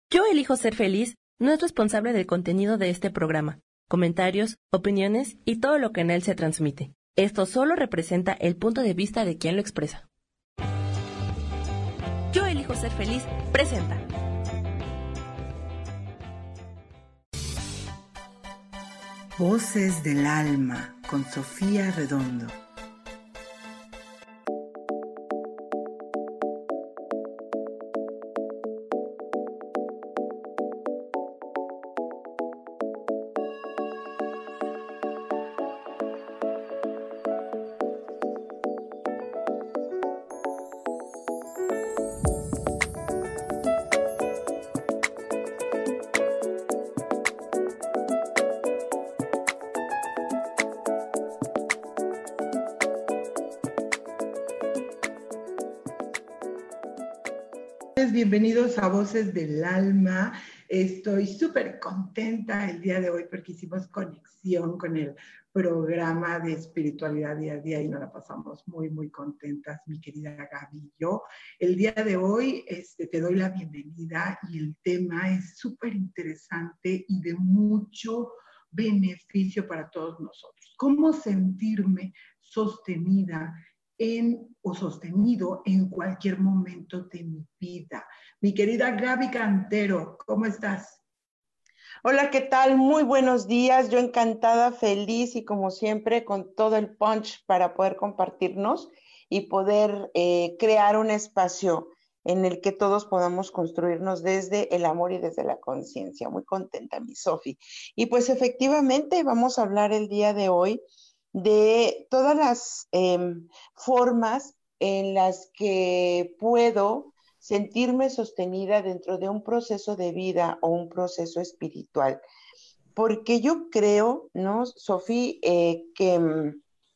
Yo elijo ser feliz no es responsable del contenido de este programa, comentarios, opiniones y todo lo que en él se transmite. Esto solo representa el punto de vista de quien lo expresa. Yo elijo ser feliz presenta. Voces del Alma con Sofía Redondo. Bienvenidos a Voces del Alma. Estoy súper contenta el día de hoy porque hicimos conexión con el programa de espiritualidad día a día y nos la pasamos muy contentas, mi querida Gaby y yo. El día de hoy te doy la bienvenida y el tema es súper interesante y de mucho beneficio para todos nosotros. ¿Cómo sentirme sostenida o sostenido en cualquier momento de mi vida? Mi querida Gaby Cantero, ¿cómo estás? Hola, ¿qué tal? Muy buenos días. Yo encantada, feliz y como siempre con todo el punch para poder compartirnos y poder crear un espacio en el que todos podamos construirnos desde el amor y desde la conciencia. Muy contenta, mi Sofi. Y pues efectivamente vamos a hablar el día de hoy de todas las formas en las que puedo sentirme sostenida dentro de un proceso de vida o un proceso espiritual. Porque yo creo, ¿no, Sofía? Que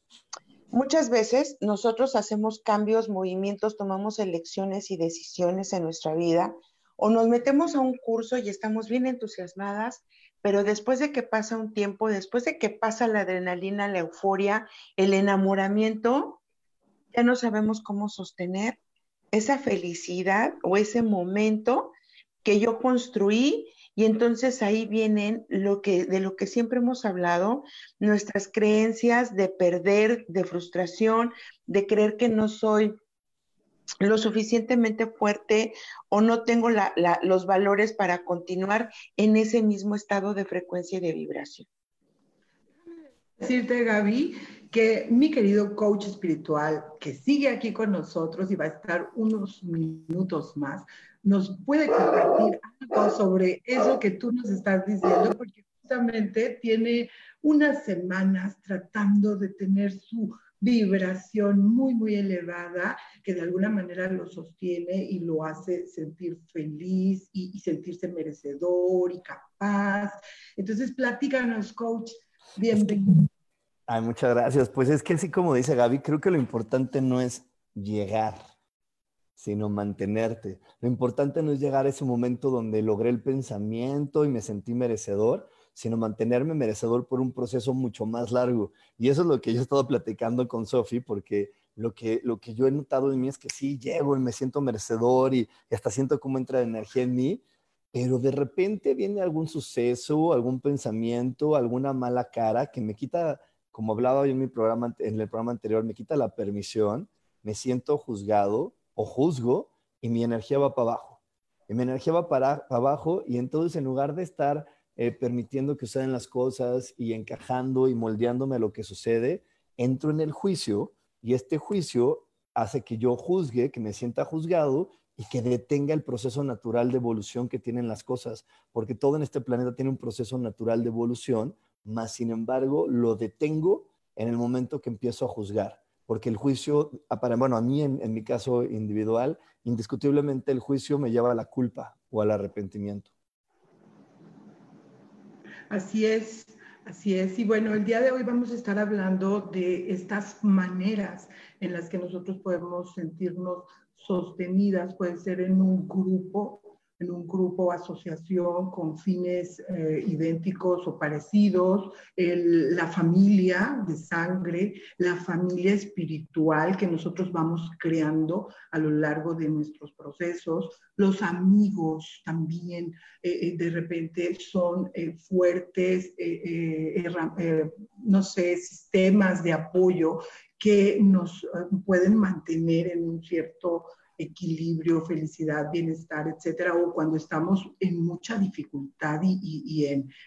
muchas veces nosotros hacemos cambios, movimientos, tomamos elecciones y decisiones en nuestra vida, o nos metemos a un curso y estamos bien entusiasmadas, pero después de que pasa un tiempo, después de que pasa la adrenalina, la euforia, el enamoramiento, ya no sabemos cómo sostener esa felicidad o ese momento que yo construí, y entonces ahí vienen de lo que siempre hemos hablado, nuestras creencias de perder, de frustración, de creer que no soy lo suficientemente fuerte o no tengo los valores para continuar en ese mismo estado de frecuencia y de vibración. Decirte, Gaby, que mi querido coach espiritual, que sigue aquí con nosotros y va a estar unos minutos más, nos puede compartir algo sobre eso que tú nos estás diciendo, porque justamente tiene unas semanas tratando de tener su vibración muy elevada, que de alguna manera lo sostiene y lo hace sentir feliz y sentirse merecedor y capaz. Entonces, platícanos, coach. Bienvenido. Ay, muchas gracias. Pues es que así como dice Gaby, creo que lo importante no es llegar, sino mantenerte. Lo importante no es llegar a ese momento donde logré el pensamiento y me sentí merecedor, sino mantenerme merecedor por un proceso mucho más largo. Y eso es lo que yo he estado platicando con Sofi, porque lo que yo he notado en mí es que sí, llego y me siento merecedor y hasta siento cómo entra energía en mí, pero de repente viene algún suceso, algún pensamiento, alguna mala cara que me quita, como hablaba yo en el programa anterior, me quita la permisión, me siento juzgado o juzgo y mi energía va para abajo. Y mi energía va para abajo y entonces en lugar de estar permitiendo que sucedan las cosas y encajando y moldeándome a lo que sucede, entro en el juicio y este juicio hace que yo juzgue, que me sienta juzgado y que detenga el proceso natural de evolución que tienen las cosas, porque todo en este planeta tiene un proceso natural de evolución, más sin embargo lo detengo en el momento que empiezo a juzgar, porque el juicio, a mí en mi caso individual, indiscutiblemente el juicio me lleva a la culpa o al arrepentimiento. Así es, así es. Y bueno, el día de hoy vamos a estar hablando de estas maneras en las que nosotros podemos sentirnos sostenidas. Puede ser en un grupo grupo o asociación con fines idénticos o parecidos, la familia de sangre, la familia espiritual que nosotros vamos creando a lo largo de nuestros procesos, los amigos también de repente son fuertes, no sé, sistemas de apoyo que nos pueden mantener en un cierto equilibrio, felicidad, bienestar, etcétera, o cuando estamos en mucha dificultad y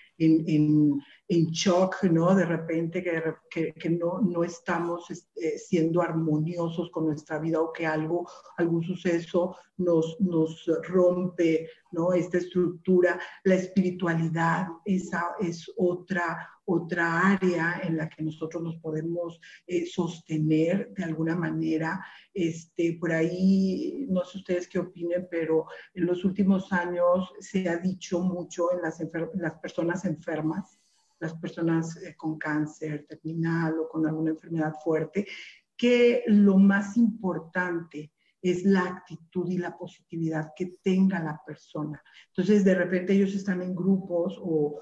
en shock, ¿no? De repente que no estamos siendo armoniosos con nuestra vida o que algún suceso nos rompe, ¿no? Esta estructura. La espiritualidad, esa es otra área en la que nosotros nos podemos sostener de alguna manera. Por ahí, no sé ustedes qué opinen, pero en los últimos años se ha dicho mucho en las personas enfermas, las personas con cáncer terminal o con alguna enfermedad fuerte, que lo más importante es la actitud y la positividad que tenga la persona. Entonces, de repente ellos están en grupos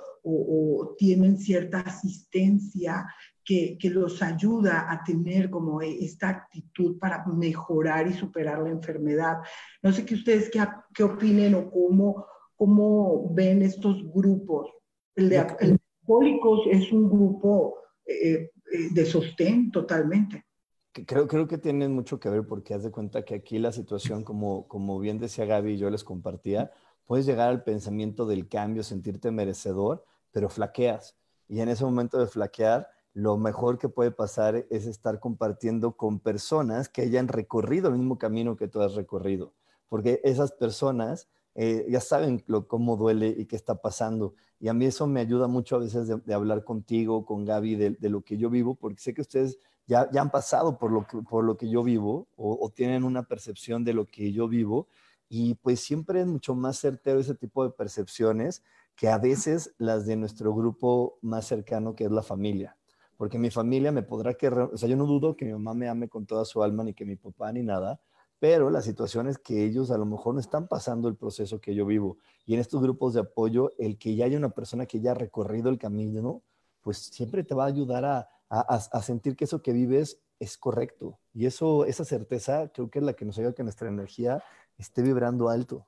o tienen cierta asistencia que los ayuda a tener como esta actitud para mejorar y superar la enfermedad. No sé qué ustedes qué opinen o cómo ven estos grupos. El de alcohólicos es un grupo de sostén totalmente. Creo que tienen mucho que ver porque haz de cuenta que aquí la situación, como bien decía Gaby y yo les compartía, puedes llegar al pensamiento del cambio, sentirte merecedor, pero flaqueas. Y en ese momento de flaquear, lo mejor que puede pasar es estar compartiendo con personas que hayan recorrido el mismo camino que tú has recorrido. Porque esas personas ya saben cómo duele y qué está pasando. Y a mí eso me ayuda mucho a veces de hablar contigo, con Gaby, de lo que yo vivo, porque sé que ustedes ya han pasado por lo que yo vivo o tienen una percepción de lo que yo vivo y pues siempre es mucho más certero ese tipo de percepciones que a veces las de nuestro grupo más cercano que es la familia. Porque mi familia me podrá querer, o sea, yo no dudo que mi mamá me ame con toda su alma ni que mi papá ni nada, pero la situación es que ellos a lo mejor no están pasando el proceso que yo vivo. Y en estos grupos de apoyo, el que ya haya una persona que ya ha recorrido el camino, pues siempre te va a ayudar a sentir que eso que vives es correcto. Y esa certeza creo que es la que nos ayuda a que nuestra energía esté vibrando alto.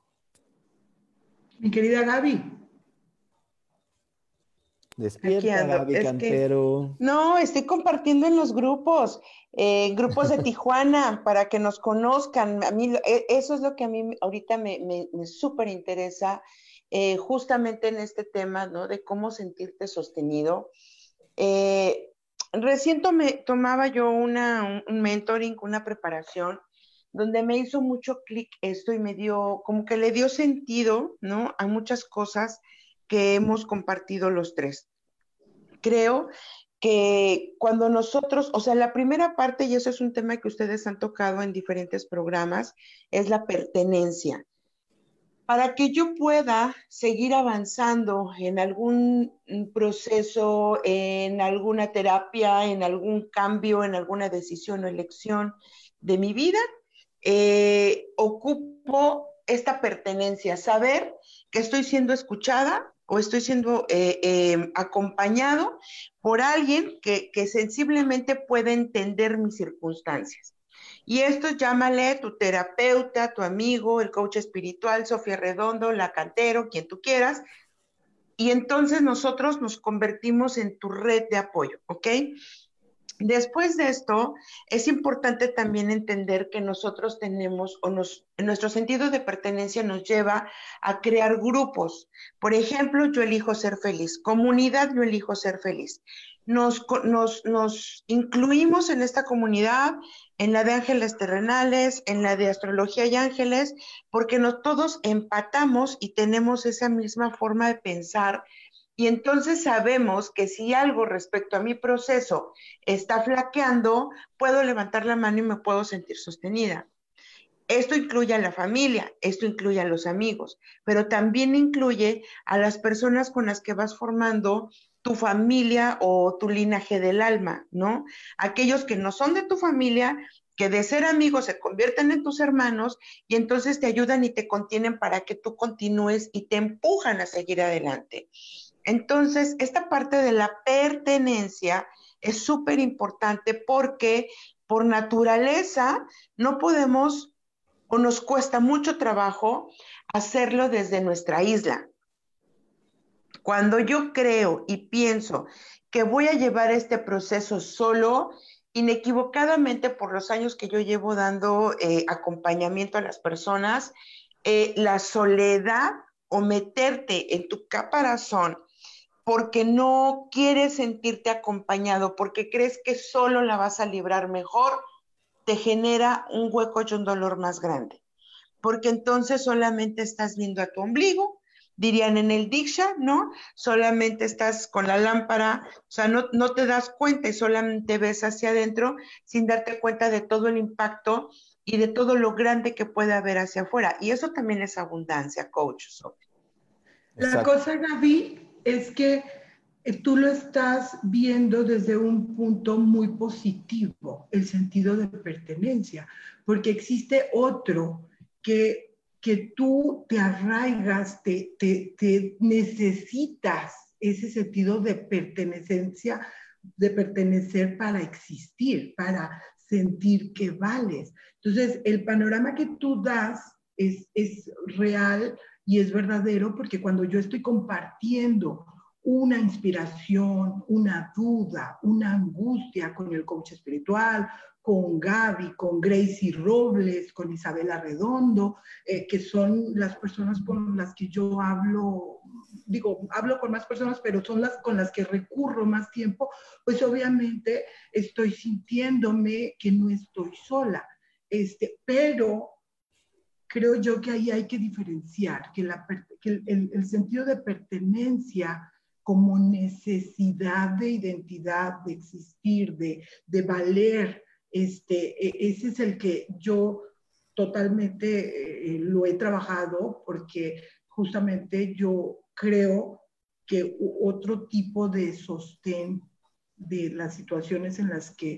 Mi querida Gaby. Despierta, Gaby Cantero. No, estoy compartiendo en los grupos de Tijuana para que nos conozcan. A mí eso es lo que a mí ahorita me súper interesa, justamente en este tema, ¿no? De cómo sentirte sostenido. Recién tomaba yo un mentoring, una preparación, donde me hizo mucho clic esto y me dio, como que le dio sentido, ¿no? A muchas cosas que hemos compartido los tres. Creo que cuando nosotros, o sea, la primera parte, y eso es un tema que ustedes han tocado en diferentes programas, es la pertenencia. Para que yo pueda seguir avanzando en algún proceso, en alguna terapia, en algún cambio, en alguna decisión o elección de mi vida, ocupo esta pertenencia, saber que estoy siendo escuchada o estoy siendo acompañado por alguien que sensiblemente puede entender mis circunstancias. Y esto llámale tu terapeuta, tu amigo, el coach espiritual, Sofía Redondo, la Cantero, quien tú quieras. Y entonces nosotros nos convertimos en tu red de apoyo, ¿ok? Después de esto, es importante también entender que nosotros tenemos, nuestro sentido de pertenencia nos lleva a crear grupos. Por ejemplo, yo elijo ser feliz. Comunidad, yo elijo ser feliz. Nos incluimos en esta comunidad, en la de ángeles terrenales, en la de astrología y ángeles, porque todos empatamos y tenemos esa misma forma de pensar. Y entonces sabemos que si algo respecto a mi proceso está flaqueando, puedo levantar la mano y me puedo sentir sostenida. Esto incluye a la familia, esto incluye a los amigos, pero también incluye a las personas con las que vas formando tu familia o tu linaje del alma, ¿no? Aquellos que no son de tu familia que de ser amigos se convierten en tus hermanos y entonces te ayudan y te contienen para que tú continúes y te empujan a seguir adelante. Entonces, esta parte de la pertenencia es súper importante porque por naturaleza no podemos o nos cuesta mucho trabajo hacerlo desde nuestra isla. Cuando yo creo y pienso que voy a llevar este proceso solo, inequivocadamente por los años que yo llevo dando acompañamiento a las personas, la soledad o meterte en tu caparazón porque no quieres sentirte acompañado, porque crees que solo la vas a librar mejor, te genera un hueco y un dolor más grande. Porque entonces solamente estás viendo a tu ombligo, dirían en el Diksha, ¿no? Solamente estás con la lámpara, o sea, no te das cuenta y solamente ves hacia adentro sin darte cuenta de todo el impacto y de todo lo grande que puede haber hacia afuera. Y eso también es abundancia, coach. La cosa, Gaby, es que tú lo estás viendo desde un punto muy positivo, el sentido de pertenencia, porque existe otro que tú te arraigas, te necesitas ese sentido de pertenencia, de pertenecer para existir, para sentir que vales. Entonces, el panorama que tú das es real y es verdadero porque cuando yo estoy compartiendo una inspiración, una duda, una angustia con el coach espiritual, con Gaby, con Gracie Robles, con Isabela Redondo, que son las personas con las que yo hablo, hablo con más personas, pero son las con las que recurro más tiempo, pues obviamente estoy sintiéndome que no estoy sola. Pero creo yo que ahí hay que diferenciar, que el sentido de pertenencia como necesidad de identidad, de existir, de valer, ese es el que yo totalmente lo he trabajado porque justamente yo creo que otro tipo de sostén de las situaciones en las que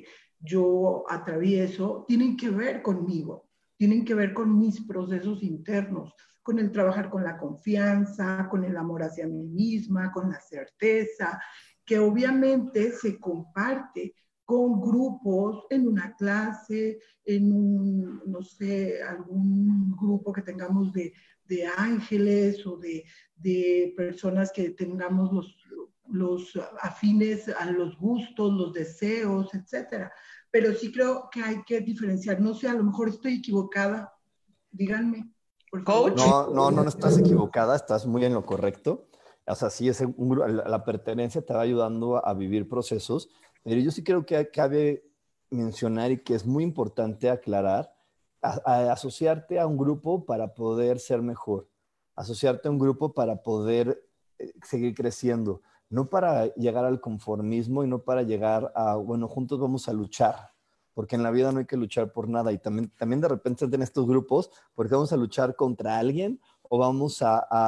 yo atravieso tienen que ver conmigo, tienen que ver con mis procesos internos, con el trabajar con la confianza, con el amor hacia mí misma, con la certeza, que obviamente se comparte con grupos en una clase, en un, no sé, algún grupo que tengamos de ángeles o de personas que tengamos los afines a los gustos, los deseos, etcétera. Pero sí creo que hay que diferenciar. No sé, a lo mejor estoy equivocada. Díganme, por favor. No estás equivocada, estás muy en lo correcto. O sea, sí, la pertenencia te va ayudando a vivir procesos, pero yo sí creo que cabe mencionar y que es muy importante aclarar, a asociarte a un grupo para poder ser mejor, asociarte a un grupo para poder seguir creciendo, no para llegar al conformismo y no para llegar a, bueno, juntos vamos a luchar, porque en la vida no hay que luchar por nada y también de repente están estos grupos porque vamos a luchar contra alguien o vamos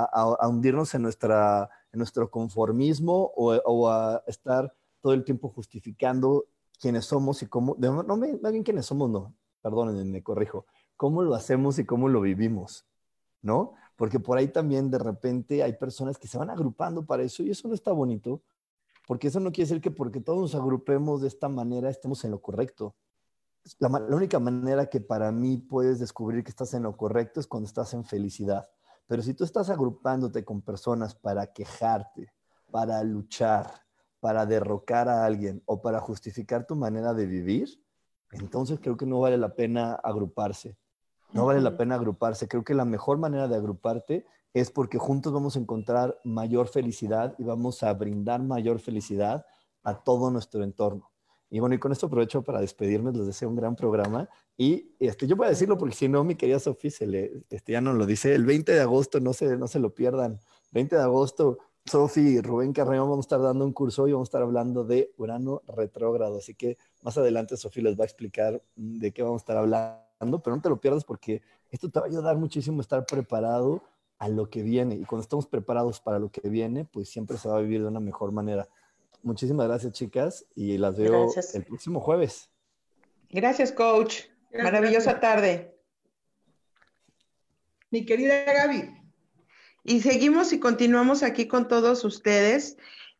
a hundirnos en nuestro conformismo o a estar todo el tiempo justificando quiénes somos y cómo, no bien quiénes somos, no, perdónenme, me corrijo, cómo lo hacemos y cómo lo vivimos, ¿no? Porque por ahí también de repente hay personas que se van agrupando para eso y eso no está bonito, porque eso no quiere decir que porque todos nos agrupemos de esta manera estemos en lo correcto. La única manera que para mí puedes descubrir que estás en lo correcto es cuando estás en felicidad. Pero si tú estás agrupándote con personas para quejarte, para luchar, para derrocar a alguien o para justificar tu manera de vivir, entonces creo que no vale la pena agruparse. No vale la pena agruparse. Creo que la mejor manera de agruparte es porque juntos vamos a encontrar mayor felicidad y vamos a brindar mayor felicidad a todo nuestro entorno. Y bueno, y con esto aprovecho para despedirme, les deseo un gran programa. Y yo voy a decirlo porque si no, mi querida Sofi ya nos lo dice. El 20 de agosto, no se lo pierdan. 20 de agosto, Sofi y Rubén Carreón vamos a estar dando un curso y vamos a estar hablando de Urano retrógrado. Así que más adelante Sofi les va a explicar de qué vamos a estar hablando, pero no te lo pierdas porque esto te va a ayudar muchísimo a estar preparado a lo que viene. Y cuando estamos preparados para lo que viene, pues siempre se va a vivir de una mejor manera. Muchísimas gracias, chicas, y las veo el próximo jueves. Gracias, coach. Maravillosa tarde. Mi querida Gaby. Y seguimos y continuamos aquí con todos ustedes.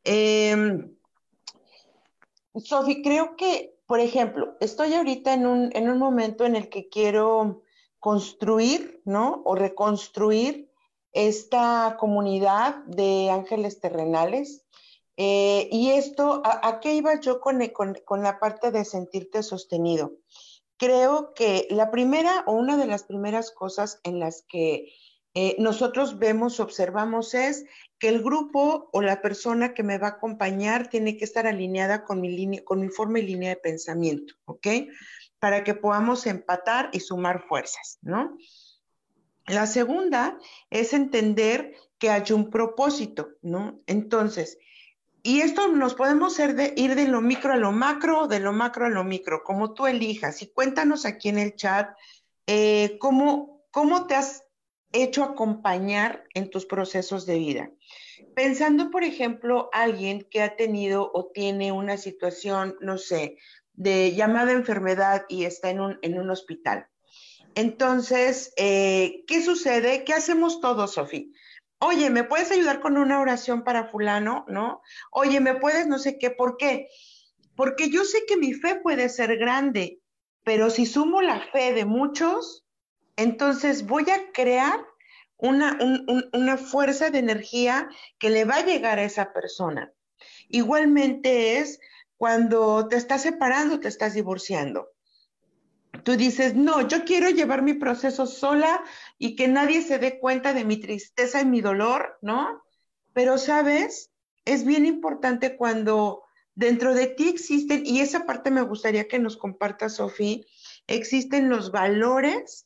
Sofi, creo que, por ejemplo, estoy ahorita en un momento en el que quiero construir, ¿no? O reconstruir esta comunidad de ángeles terrenales. Y esto, ¿a qué iba yo con la parte de sentirte sostenido? Creo que la primera o una de las primeras cosas en las que nosotros vemos, observamos es que el grupo o la persona que me va a acompañar tiene que estar alineada con mi forma y línea de pensamiento, ¿ok? Para que podamos empatar y sumar fuerzas, ¿no? La segunda es entender que hay un propósito, ¿no? Entonces, y esto nos podemos ir de lo micro a lo macro, de lo macro a lo micro, como tú elijas. Y cuéntanos aquí en el chat cómo te has hecho acompañar en tus procesos de vida. Pensando, por ejemplo, alguien que ha tenido o tiene una situación, no sé, de llamada enfermedad y está en un hospital. Entonces, ¿qué sucede? ¿Qué hacemos todos, Sofi? Oye, ¿me puedes ayudar con una oración para fulano? ¿No? Oye, ¿me puedes no sé qué? ¿Por qué? Porque yo sé que mi fe puede ser grande, pero si sumo la fe de muchos, entonces voy a crear una fuerza de energía que le va a llegar a esa persona. Igualmente es cuando te estás separando, te estás divorciando. Tú dices, no, yo quiero llevar mi proceso sola y que nadie se dé cuenta de mi tristeza y mi dolor, ¿no? Pero, ¿sabes? Es bien importante cuando dentro de ti existen, y esa parte me gustaría que nos comparta, Sofía, existen los valores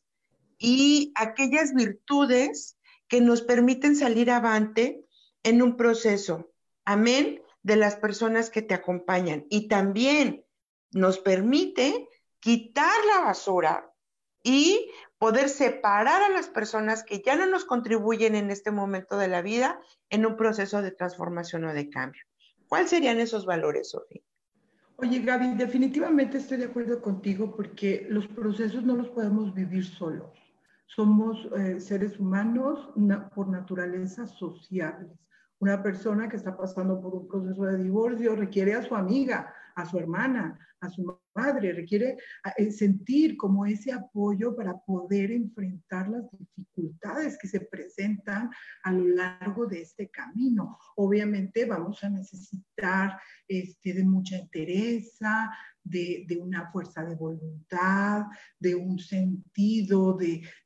y aquellas virtudes que nos permiten salir avante en un proceso. Amén, de las personas que te acompañan. Y también nos permite quitar la basura y poder separar a las personas que ya no nos contribuyen en este momento de la vida en un proceso de transformación o de cambio. ¿Cuáles serían esos valores, Sofía? Oye, Gaby, definitivamente estoy de acuerdo contigo porque los procesos no los podemos vivir solos. Somos seres humanos por naturaleza sociables. Una persona que está pasando por un proceso de divorcio requiere a su amiga, a su hermana, a su madre, requiere sentir como ese apoyo para poder enfrentar las dificultades que se presentan a lo largo de este camino. Obviamente vamos a necesitar de mucha entereza, de una fuerza de voluntad, de un sentido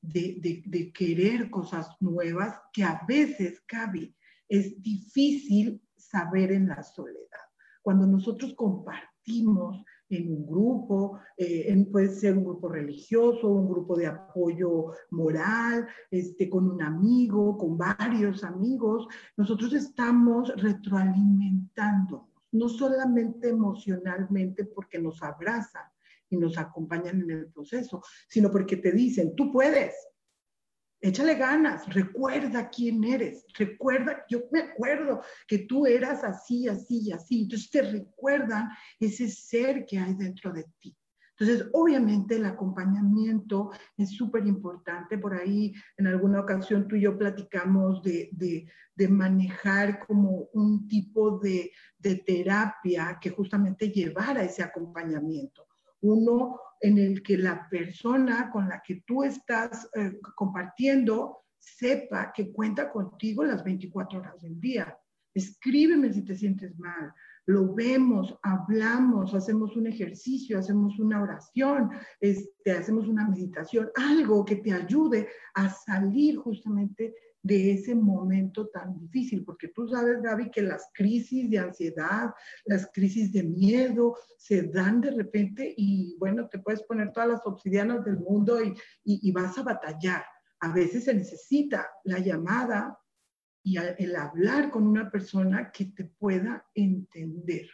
de querer cosas nuevas que a veces, Gaby, es difícil saber en la soledad. Cuando nosotros compartimos en un grupo, puede ser un grupo religioso, un grupo de apoyo moral, con un amigo, con varios amigos, nosotros estamos retroalimentándonos, no solamente emocionalmente porque nos abrazan y nos acompañan en el proceso, sino porque te dicen, tú puedes, échale ganas, recuerda quién eres, recuerda, yo me acuerdo que tú eras así, así y así, entonces te recuerdan ese ser que hay dentro de ti. Entonces, obviamente el acompañamiento es súper importante. Por ahí, en alguna ocasión tú y yo platicamos de manejar como un tipo de terapia que justamente llevara ese acompañamiento. Uno en el que la persona con la que tú estás compartiendo sepa que cuenta contigo las 24 horas del día. Escríbeme si te sientes mal. Lo vemos, hablamos, hacemos un ejercicio, hacemos una oración, hacemos una meditación, algo que te ayude a salir justamente de ese momento tan difícil, porque tú sabes, Gaby, que las crisis de ansiedad, las crisis de miedo se dan de repente y bueno, te puedes poner todas las obsidianas del mundo y vas a batallar. A veces se necesita la llamada y el hablar con una persona que te pueda entender.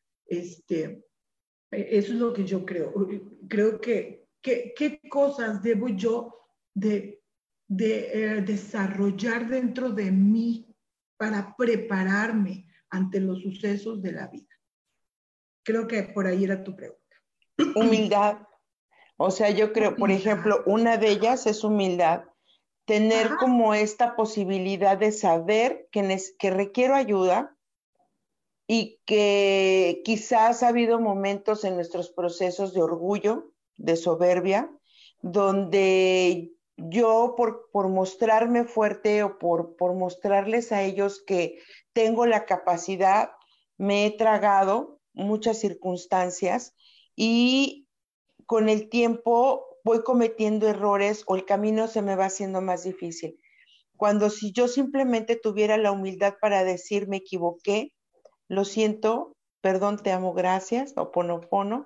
Eso es lo que yo creo. Creo que qué cosas debo yo de desarrollar dentro de mí para prepararme ante los sucesos de la vida. Creo que por ahí era tu pregunta. Humildad, O sea, yo creo, por ejemplo, una de ellas es humildad. Tener como esta posibilidad de saber que requiero ayuda y que quizás ha habido momentos en nuestros procesos de orgullo, de soberbia, donde yo por mostrarme fuerte o por mostrarles a ellos que tengo la capacidad, me he tragado muchas circunstancias y con el tiempo voy cometiendo errores o el camino se me va haciendo más difícil. Cuando si yo simplemente tuviera la humildad para decir me equivoqué, lo siento, perdón, te amo, gracias, oponopono,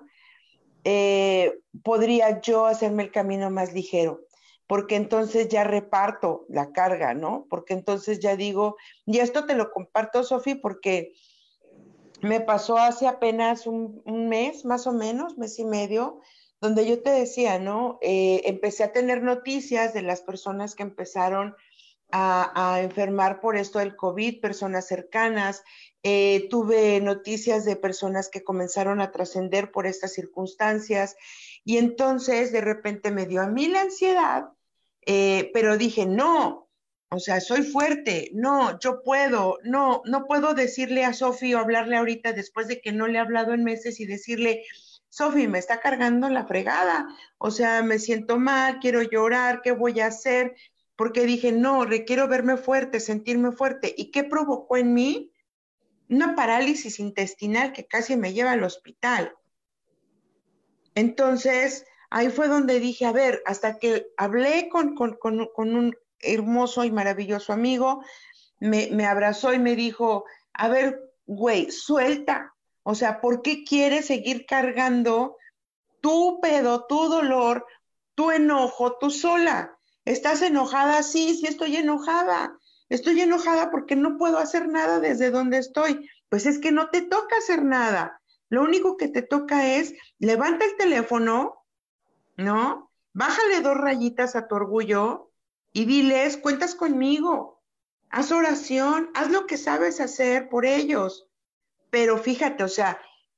podría yo hacerme el camino más ligero, porque entonces ya reparto la carga, ¿no? Porque entonces ya digo, y esto te lo comparto, Sofi, porque me pasó hace apenas un mes, más o menos, mes y medio, donde yo te decía, ¿no? Empecé a tener noticias de las personas que empezaron a enfermar por esto del COVID, personas cercanas. Tuve noticias de personas que comenzaron a trascender por estas circunstancias y entonces de repente me dio a mí la ansiedad, pero dije, no, o sea, soy fuerte, no, yo puedo, no puedo decirle a Sofi o hablarle ahorita después de que no le he hablado en meses y decirle, Sofi, me está cargando la fregada, o sea, me siento mal, quiero llorar, ¿qué voy a hacer? Porque dije, no, requiero verme fuerte, sentirme fuerte. ¿Y qué provocó en mí? Una parálisis intestinal que casi me lleva al hospital. Entonces, ahí fue donde dije, a ver, hasta que hablé con un hermoso y maravilloso amigo, me abrazó y me dijo, a ver, güey, suelta. O sea, ¿por qué quieres seguir cargando tu pedo, tu dolor, tu enojo, tú sola? ¿Estás enojada? Sí, sí estoy enojada. Estoy enojada porque no puedo hacer nada desde donde estoy. Pues es que no te toca hacer nada. Lo único que te toca es levanta el teléfono, ¿no? Bájale 2 rayitas a tu orgullo y diles, cuentas conmigo. Haz oración, haz lo que sabes hacer por ellos. Pero fíjate, o sea,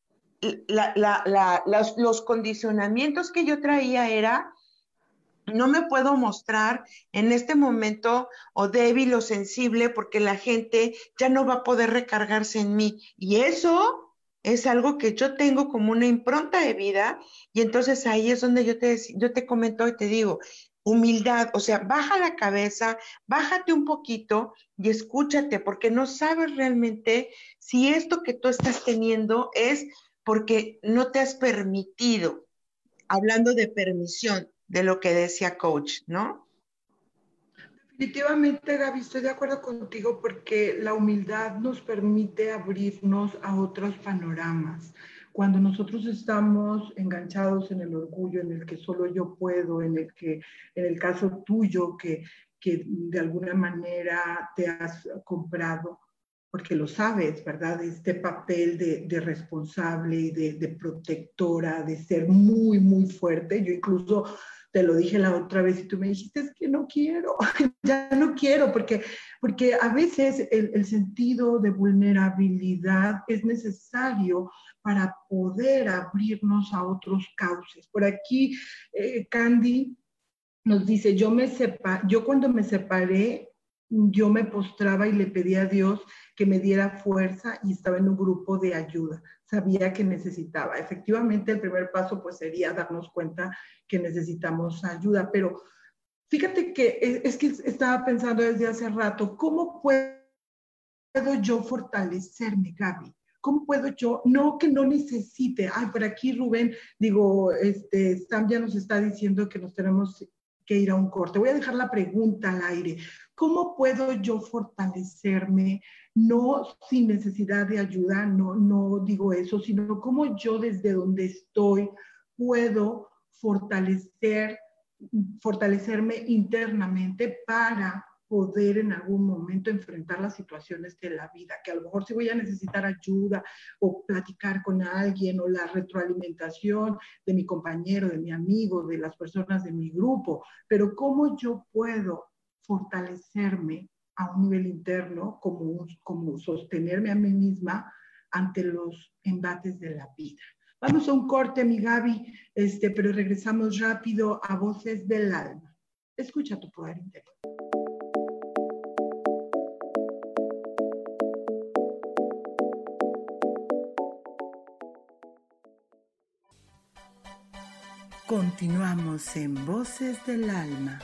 los condicionamientos que yo traía era, no me puedo mostrar en este momento o débil o sensible porque la gente ya no va a poder recargarse en mí. Y eso es algo que yo tengo como una impronta de vida y entonces ahí es donde yo te comento y te digo, humildad, o sea, baja la cabeza, bájate un poquito y escúchate porque no sabes realmente si esto que tú estás teniendo es porque no te has permitido, hablando de permisión, de lo que decía coach, ¿no? Definitivamente, Gaby, estoy de acuerdo contigo porque la humildad nos permite abrirnos a otros panoramas. Cuando nosotros estamos enganchados en el orgullo, en el que solo yo puedo, en el caso tuyo, que de alguna manera te has comprado, porque lo sabes, ¿verdad? Este papel de responsable, de protectora, de ser muy, muy fuerte. Yo incluso te lo dije la otra vez y tú me dijiste, es que no quiero, ya no quiero, porque a veces el sentido de vulnerabilidad es necesario para poder abrirnos a otros cauces. Por aquí, Candy nos dice, yo cuando me separé, yo me postraba y le pedía a Dios que me diera fuerza y estaba en un grupo de ayuda. Sabía que necesitaba. Efectivamente, el primer paso pues sería darnos cuenta que necesitamos ayuda, pero fíjate que es que estaba pensando desde hace rato, ¿cómo puedo yo fortalecerme, Gaby? ¿Cómo puedo yo? No que no necesite. Ay, por aquí Rubén, digo, Sam ya nos está diciendo que nos tenemos que ir a un corte. Voy a dejar la pregunta al aire. ¿Cómo puedo yo fortalecerme? No sin necesidad de ayuda, no digo eso, sino cómo yo desde donde estoy puedo fortalecerme internamente para poder en algún momento enfrentar las situaciones de la vida, que a lo mejor sí voy a necesitar ayuda o platicar con alguien o la retroalimentación de mi compañero, de mi amigo, de las personas de mi grupo, pero cómo yo puedo fortalecerme a un nivel interno, como sostenerme a mí misma ante los embates de la vida. Vamos a un corte, mi Gaby, pero regresamos rápido a Voces del Alma. Escucha tu poder interior. Continuamos en Voces del Alma.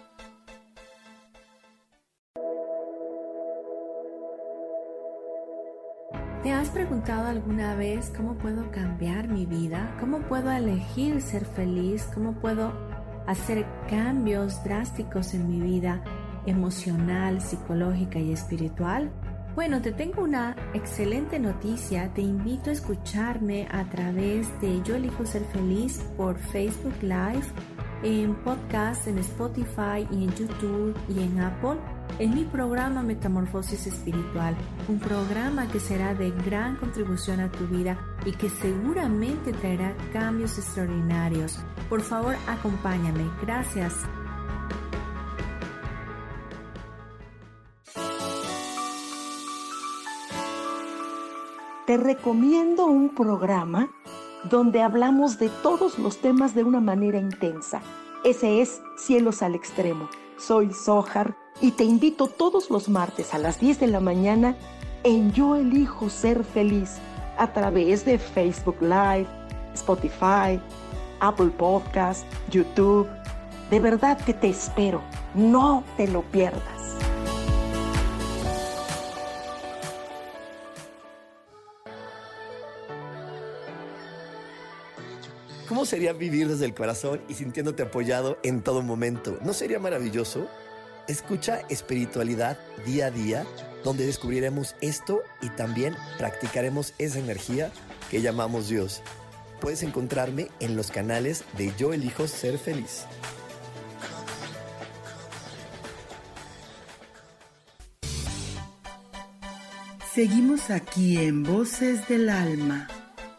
¿Te has preguntado alguna vez cómo puedo cambiar mi vida? ¿Cómo puedo elegir ser feliz? ¿Cómo puedo hacer cambios drásticos en mi vida emocional, psicológica y espiritual? Bueno, te tengo una excelente noticia. Te invito a escucharme a través de Yo Elijo Ser Feliz por Facebook Live, en podcast, en Spotify y en YouTube y en Apple, en mi programa Metamorfosis Espiritual, un programa que será de gran contribución a tu vida y que seguramente traerá cambios extraordinarios. Por favor, acompáñame. Gracias. Te recomiendo un programa donde hablamos de todos los temas de una manera intensa. Ese es Cielos al Extremo. Soy Sohar y te invito todos los martes a las 10 de la mañana en Yo Elijo Ser Feliz a través de Facebook Live, Spotify, Apple Podcast, YouTube. De verdad que te espero. No te lo pierdas. ¿Cómo sería vivir desde el corazón y sintiéndote apoyado en todo momento? ¿No sería maravilloso? Escucha Espiritualidad Día a Día, donde descubriremos esto y también practicaremos esa energía que llamamos Dios. Puedes encontrarme en los canales de Yo Elijo Ser Feliz. Seguimos aquí en Voces del Alma.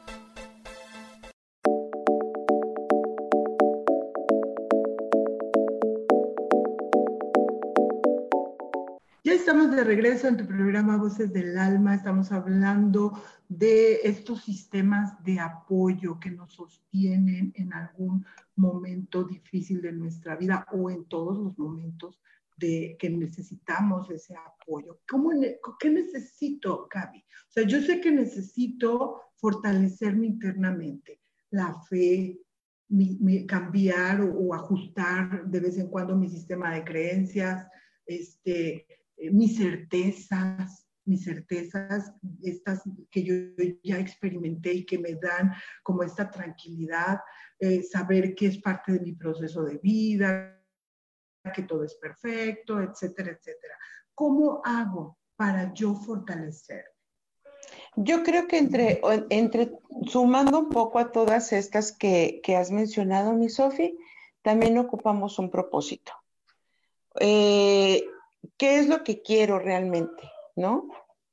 Ya estamos de regreso en tu programa Voces del Alma. Estamos hablando de estos sistemas de apoyo que nos sostienen en algún momento difícil de nuestra vida o en todos los momentos que necesitamos ese apoyo. ¿Qué necesito, Gaby? O sea, yo sé que necesito fortalecerme internamente, la fe, cambiar o ajustar de vez en cuando mi sistema de creencias, mis certezas, estas que yo ya experimenté y que me dan como esta tranquilidad, saber que es parte de mi proceso de vida, que todo es perfecto, etcétera, etcétera. ¿Cómo hago para yo fortalecer? Yo creo que sumando un poco a todas estas que has mencionado, mi Sofi, también ocupamos un propósito. ¿Qué es lo que quiero realmente, no?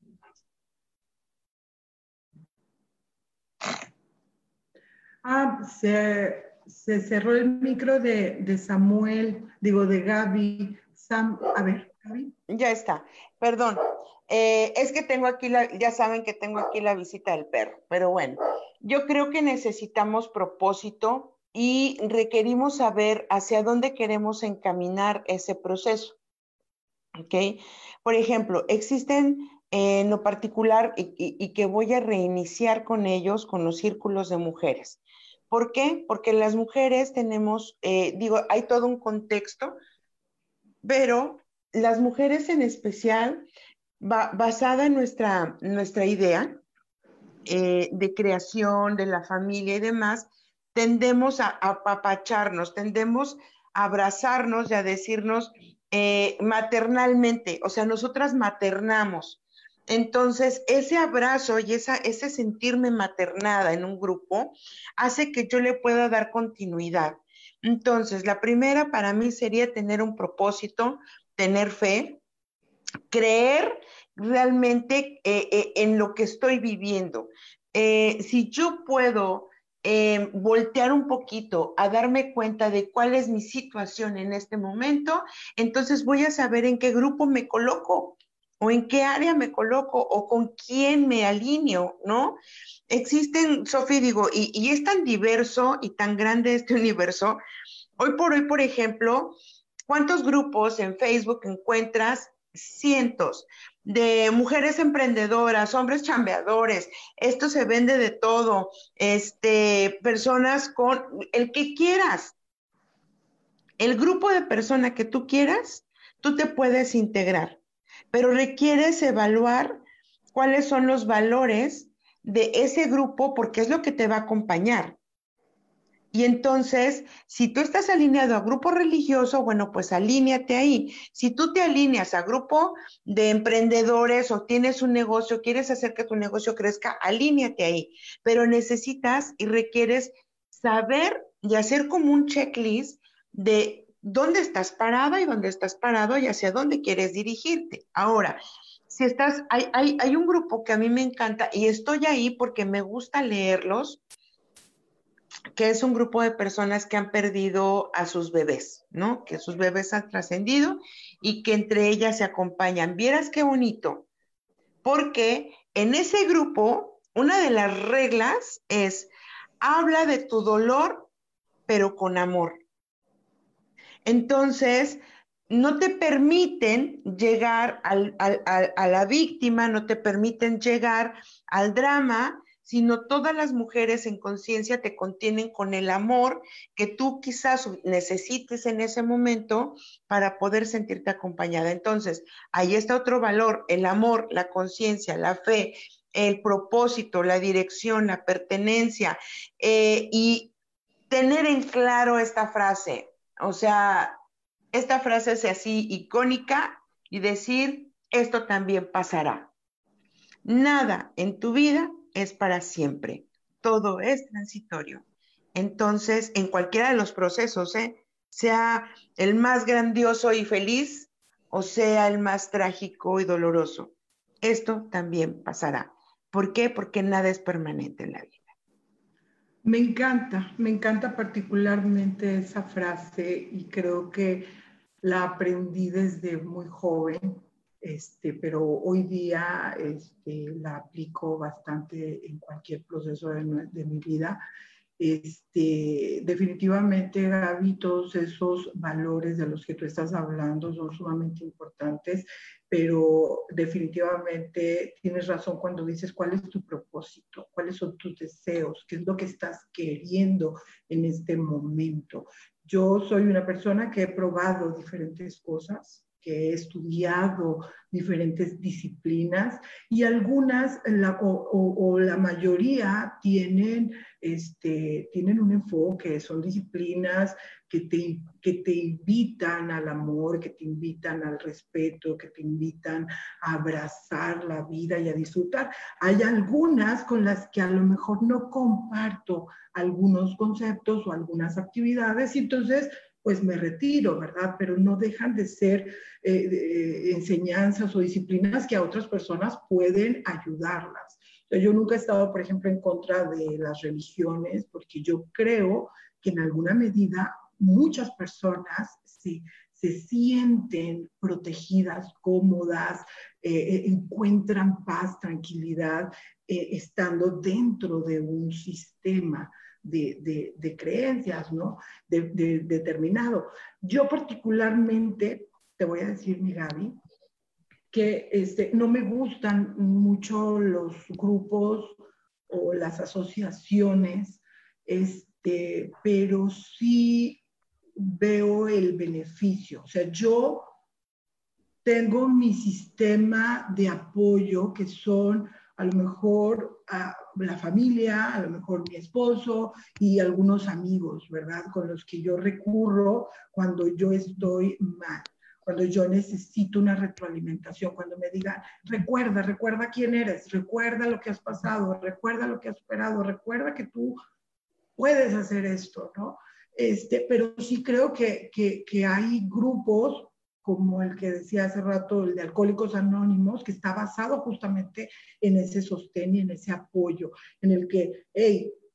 Se cerró el micro de Samuel, de Gaby. A ver, Gaby. Ya está, perdón. Es que tengo aquí, ya saben que tengo aquí la visita del perro, pero bueno, yo creo que necesitamos propósito y requerimos saber hacia dónde queremos encaminar ese proceso. ¿Ok? Por ejemplo, existen en lo particular y que voy a reiniciar con ellos, con los círculos de mujeres. ¿Por qué? Porque las mujeres tenemos, hay todo un contexto, pero las mujeres en especial, basada en nuestra idea de creación, de la familia y demás, tendemos a apapacharnos, tendemos a abrazarnos y a decirnos maternalmente, o sea, nosotras maternamos. Entonces, ese abrazo y ese sentirme maternada en un grupo hace que yo le pueda dar continuidad. Entonces, la primera para mí sería tener un propósito, tener fe, creer realmente en lo que estoy viviendo. Si yo puedo voltear un poquito a darme cuenta de cuál es mi situación en este momento, entonces voy a saber en qué grupo me coloco. o en qué área me coloco o con quién me alineo, ¿no? Existen, Sofi, digo, y es tan diverso y tan grande este universo. Hoy por hoy, por ejemplo, ¿cuántos grupos en Facebook encuentras? Cientos de mujeres emprendedoras, hombres chambeadores, esto se vende de todo, personas con el que quieras, el grupo de personas que tú quieras, tú te puedes integrar, pero requieres evaluar cuáles son los valores de ese grupo porque es lo que te va a acompañar. Y entonces, si tú estás alineado a grupo religioso, bueno, pues alíneate ahí. Si tú te alineas a grupo de emprendedores o tienes un negocio, quieres hacer que tu negocio crezca, alíneate ahí. Pero necesitas y requieres saber y hacer como un checklist de dónde estás parada y dónde estás parado y hacia dónde quieres dirigirte. Ahora, si estás, hay un grupo que a mí me encanta y estoy ahí porque me gusta leerlos, que es un grupo de personas que han perdido a sus bebés, ¿no? Que sus bebés han trascendido y que entre ellas se acompañan. Vieras qué bonito, porque en ese grupo, una de las reglas es, habla de tu dolor, pero con amor. Entonces, no te permiten llegar a la víctima, no te permiten llegar al drama, sino todas las mujeres en conciencia te contienen con el amor que tú quizás necesites en ese momento para poder sentirte acompañada. Entonces, ahí está otro valor, el amor, la conciencia, la fe, el propósito, la dirección, la pertenencia, y tener en claro esta frase. O sea, esta frase es así icónica y decir, esto también pasará. Nada en tu vida es para siempre. Todo es transitorio. Entonces, en cualquiera de los procesos, sea el más grandioso y feliz o sea el más trágico y doloroso, esto también pasará. ¿Por qué? Porque nada es permanente en la vida. Me encanta particularmente esa frase y creo que la aprendí desde muy joven, pero hoy día la aplico bastante en cualquier proceso de mi vida. Definitivamente, Gaby, todos esos valores de los que tú estás hablando son sumamente importantes, pero definitivamente tienes razón cuando dices cuál es tu propósito, cuáles son tus deseos, qué es lo que estás queriendo en este momento. Yo soy una persona que he probado diferentes cosas, que he estudiado diferentes disciplinas y algunas o la mayoría tienen un enfoque, son disciplinas que te invitan al amor, que te invitan al respeto, que te invitan a abrazar la vida y a disfrutar. Hay algunas con las que a lo mejor no comparto algunos conceptos o algunas actividades, y entonces pues me retiro, ¿verdad? Pero no dejan de ser enseñanzas o disciplinas que a otras personas pueden ayudarlas. Yo nunca he estado, por ejemplo, en contra de las religiones, porque yo creo que en alguna medida muchas personas se sienten protegidas, cómodas, encuentran paz, tranquilidad, estando dentro de un sistema de creencias, ¿no? Determinado. Yo particularmente, te voy a decir, mi Gaby, que no me gustan mucho los grupos o las asociaciones, pero sí veo el beneficio. O sea, yo tengo mi sistema de apoyo que son a lo mejor la familia, a lo mejor mi esposo y algunos amigos, ¿verdad? Con los que yo recurro cuando yo estoy mal, cuando yo necesito una retroalimentación, cuando me digan, recuerda quién eres, recuerda lo que has pasado, recuerda lo que has superado, recuerda que tú puedes hacer esto, ¿no? Pero sí creo que hay grupos como el que decía hace rato, el de Alcohólicos Anónimos, que está basado justamente en ese sostén y en ese apoyo, en el que, hey,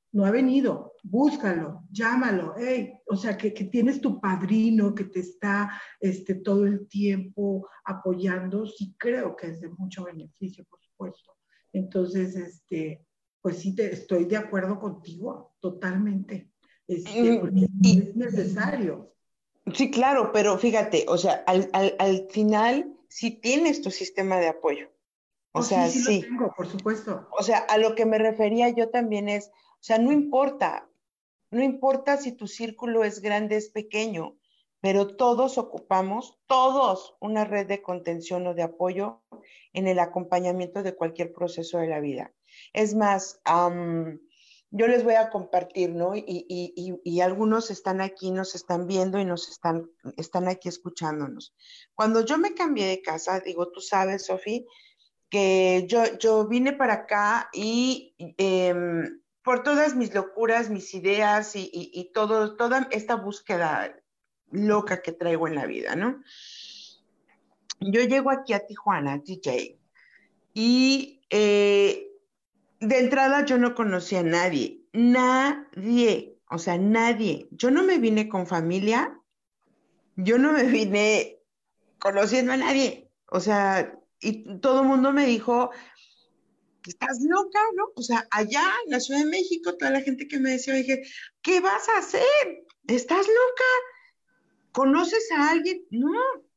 no ha venido, búscalo, llámalo, hey, o sea, que tienes tu padrino que te está todo el tiempo apoyando, sí creo que es de mucho beneficio, por supuesto. Entonces, pues sí, estoy de acuerdo contigo, totalmente, porque es necesario. Sí, claro, pero fíjate, o sea, al final sí tienes tu sistema de apoyo. O sea, sí, sí. lo tengo, por supuesto. O sea, a lo que me refería yo también es, o sea, no importa si tu círculo es grande, es pequeño, pero todos ocupamos, todos, una red de contención o de apoyo en el acompañamiento de cualquier proceso de la vida. Es más, yo les voy a compartir, ¿no? Y algunos están aquí, nos están viendo y están aquí escuchándonos. Cuando yo me cambié de casa, digo, tú sabes, Sofi, que yo vine para acá y por todas mis locuras, mis ideas y toda esta búsqueda loca que traigo en la vida, ¿no? Yo llego aquí a Tijuana, DJ, y de entrada yo no conocía a nadie, o sea, nadie. Yo no me vine con familia, yo no me vine conociendo a nadie, o sea, y todo el mundo me dijo, estás loca, ¿no? O sea, allá en la Ciudad de México, toda la gente que me decía, dije, ¿qué vas a hacer? ¿Estás loca? ¿Conoces a alguien? No.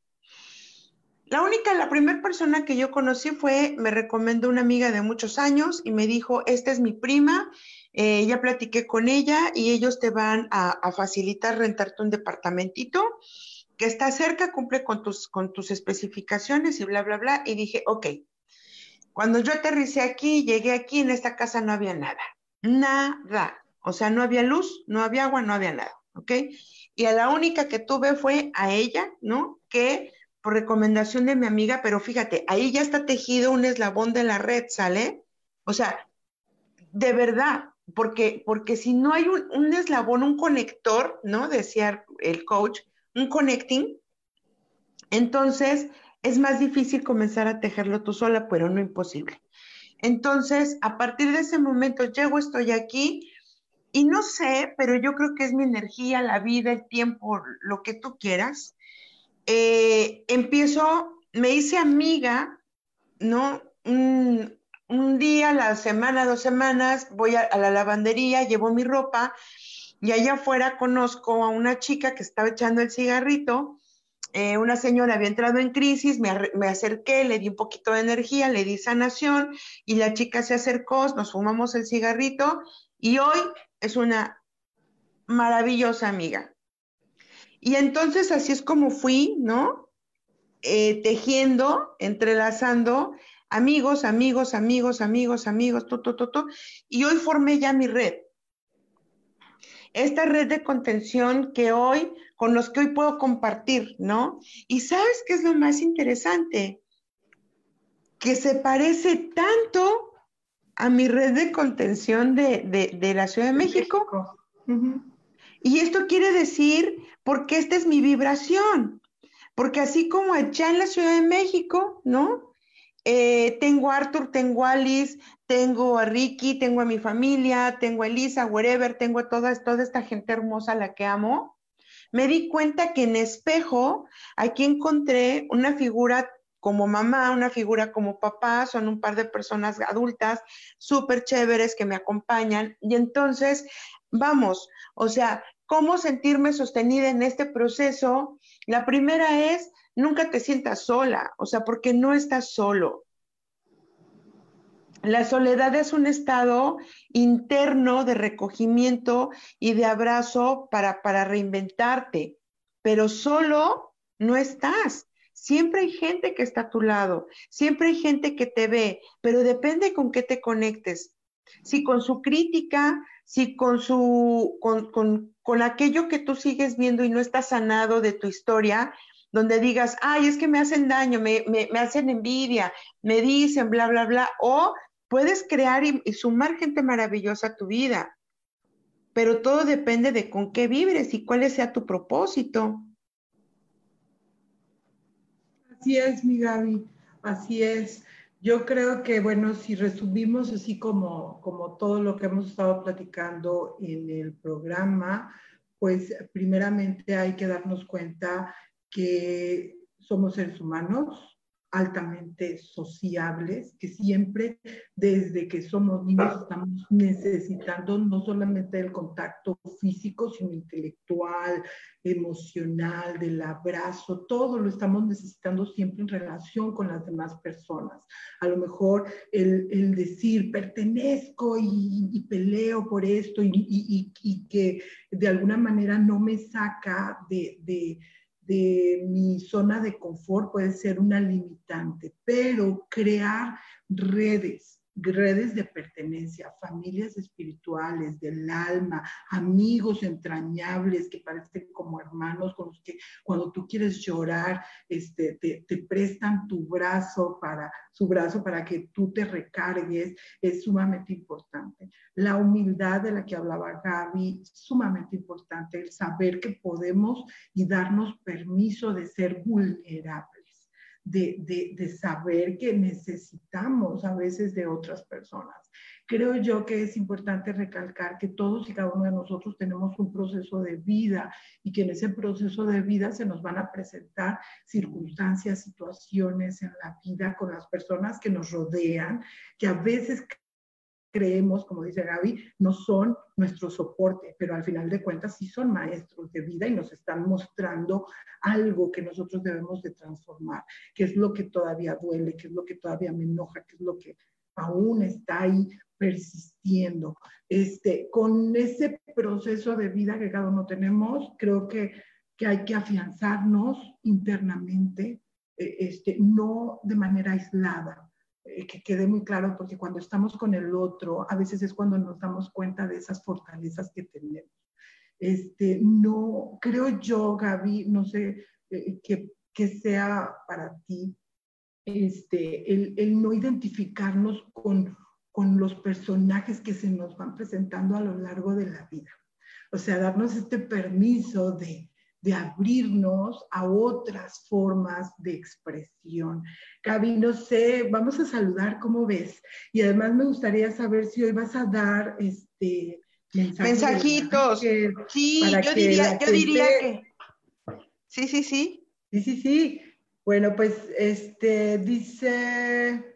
La primera persona que yo conocí me recomendó una amiga de muchos años y me dijo, esta es mi prima, ya platiqué con ella y ellos te van a facilitar rentarte un departamentito que está cerca, cumple con tus especificaciones y bla, bla, bla. Y dije, ok. Cuando yo aterricé aquí, llegué aquí, en esta casa no había nada, nada. O sea, no había luz, no había agua, no había nada, ¿ok? Y a la única que tuve fue a ella, ¿no? Que por recomendación de mi amiga, pero fíjate, ahí ya está tejido un eslabón de la red, ¿sale? O sea, de verdad, porque si no hay un eslabón, un conector, ¿no? Decía el coach, un connecting, entonces es más difícil comenzar a tejerlo tú sola, pero no imposible. Entonces, a partir de ese momento llego, estoy aquí y no sé, pero yo creo que es mi energía, la vida, el tiempo, lo que tú quieras. Me hice amiga, ¿no? Un día, la semana, 2 semanas, voy a la lavandería, llevo mi ropa y allá afuera conozco a una chica que estaba echando el cigarrito. Una señora había entrado en crisis, me acerqué, le di un poquito de energía, le di sanación y la chica se acercó, nos fumamos el cigarrito y hoy es una maravillosa amiga. Y entonces así es como fui, ¿no? Tejiendo, entrelazando amigos, y hoy formé ya mi red. Esta red de contención con los que hoy puedo compartir, ¿no? Y ¿sabes qué es lo más interesante? Que se parece tanto a mi red de contención de la Ciudad de México. Uh-huh. Y esto quiere decir, porque esta es mi vibración, porque así como allá en la Ciudad de México, ¿no? Tengo a Arthur, tengo a Alice, tengo a Ricky, tengo a mi familia, tengo a Elisa, wherever, tengo a toda esta gente hermosa a la que amo. Me di cuenta que en espejo aquí encontré una figura como mamá, una figura como papá, son un par de personas adultas súper chéveres que me acompañan y entonces, vamos, o sea, ¿cómo sentirme sostenida en este proceso? La primera es, nunca te sientas sola, o sea, porque no estás solo. La soledad es un estado interno de recogimiento y de abrazo para reinventarte, pero solo no estás. Siempre hay gente que está a tu lado, siempre hay gente que te ve, pero depende con qué te conectes. Si con su crítica, si con aquello que tú sigues viendo y no estás sanado de tu historia, donde digas, ay, es que me hacen daño, me hacen envidia, me dicen bla, bla, bla, o puedes crear y sumar gente maravillosa a tu vida, pero todo depende de con qué vibres y cuál sea tu propósito. Así es, mi Gaby, así es. Yo creo que, bueno, si resumimos así como todo lo que hemos estado platicando en el programa, pues primeramente hay que darnos cuenta que somos seres humanos altamente sociables, que siempre desde que somos niños estamos necesitando no solamente el contacto físico, sino intelectual, emocional, del abrazo, todo lo estamos necesitando siempre en relación con las demás personas. A lo mejor el decir pertenezco y peleo por esto y que de alguna manera no me saca de mi zona de confort puede ser una limitante, pero crear redes de pertenencia, familias espirituales, del alma, amigos entrañables que parecen como hermanos con los que cuando tú quieres llorar, te prestan su brazo para que tú te recargues, es sumamente importante. La humildad de la que hablaba Gaby, sumamente importante, el saber que podemos y darnos permiso de ser vulnerables. De saber que necesitamos a veces de otras personas. Creo yo que es importante recalcar que todos y cada uno de nosotros tenemos un proceso de vida y que en ese proceso de vida se nos van a presentar circunstancias, situaciones en la vida con las personas que nos rodean, que a veces creemos, como dice Gaby, no son nuestro soporte, pero al final de cuentas sí son maestros de vida y nos están mostrando algo que nosotros debemos de transformar, qué es lo que todavía duele, qué es lo que todavía me enoja, qué es lo que aún está ahí persistiendo. Con ese proceso de vida que cada uno tenemos, creo que hay que afianzarnos internamente, no de manera aislada, que quede muy claro, porque cuando estamos con el otro, a veces es cuando nos damos cuenta de esas fortalezas que tenemos. No, creo yo, Gaby, no sé que sea para ti, el no identificarnos con los personajes que se nos van presentando a lo largo de la vida. O sea, darnos este permiso de abrirnos a otras formas de expresión. Gaby, no sé, vamos a saludar, ¿cómo ves? Y además me gustaría saber si hoy vas a dar mensajitos. Sí, yo diría que sí. Sí. Bueno, pues dice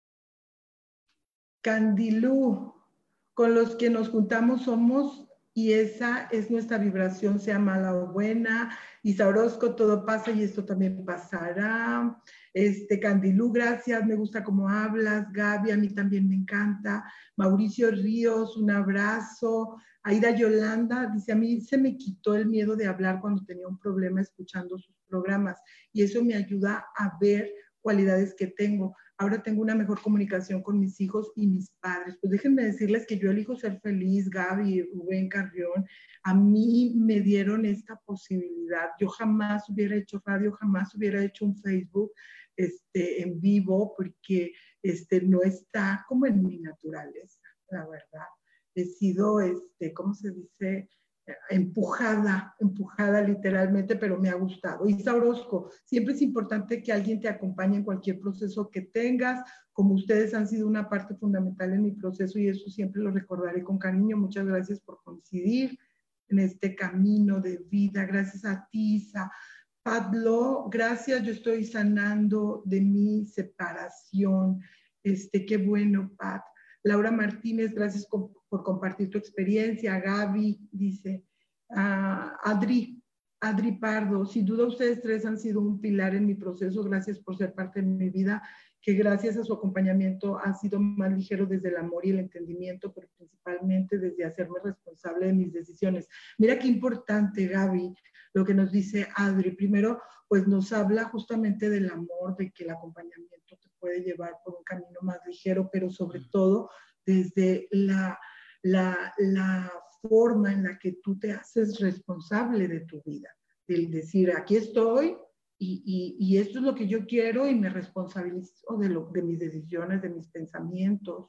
Candilú, con los que nos juntamos somos y esa es nuestra vibración, sea mala o buena. Isa Orozco, todo pasa y esto también pasará. Candilú, gracias, me gusta cómo hablas. Gaby, a mí también me encanta. Mauricio Ríos, un abrazo. Aida Yolanda dice, a mí se me quitó el miedo de hablar cuando tenía un problema escuchando sus programas y eso me ayuda a ver cualidades que tengo. Ahora tengo una mejor comunicación con mis hijos y mis padres. Pues déjenme decirles que yo elijo ser feliz, Gaby, Rubén Carrión. A mí me dieron esta posibilidad. Yo jamás hubiera hecho radio, jamás hubiera hecho un Facebook en vivo, porque no está como en mi naturaleza, la verdad. He sido, ¿cómo se dice? Empujada literalmente, pero me ha gustado. Isa Orozco, siempre es importante que alguien te acompañe en cualquier proceso que tengas, como ustedes han sido una parte fundamental en mi proceso y eso siempre lo recordaré con cariño. Muchas gracias por coincidir en este camino de vida. Gracias a ti, Isa. Padlo, gracias, yo estoy sanando de mi separación. Qué bueno, Pat. Laura Martínez, gracias por compartir tu experiencia. Gaby dice, Adri Pardo, sin duda ustedes tres han sido un pilar en mi proceso. Gracias por ser parte de mi vida, que gracias a su acompañamiento ha sido más ligero desde el amor y el entendimiento, pero principalmente desde hacerme responsable de mis decisiones. Mira qué importante, Gaby, lo que nos dice Adri. Primero, pues nos habla justamente del amor, de que el acompañamiento te puede llevar por un camino más ligero, pero sobre todo desde la forma en la que tú te haces responsable de tu vida. El decir, aquí estoy y esto es lo que yo quiero y me responsabilizo de mis decisiones, de mis pensamientos.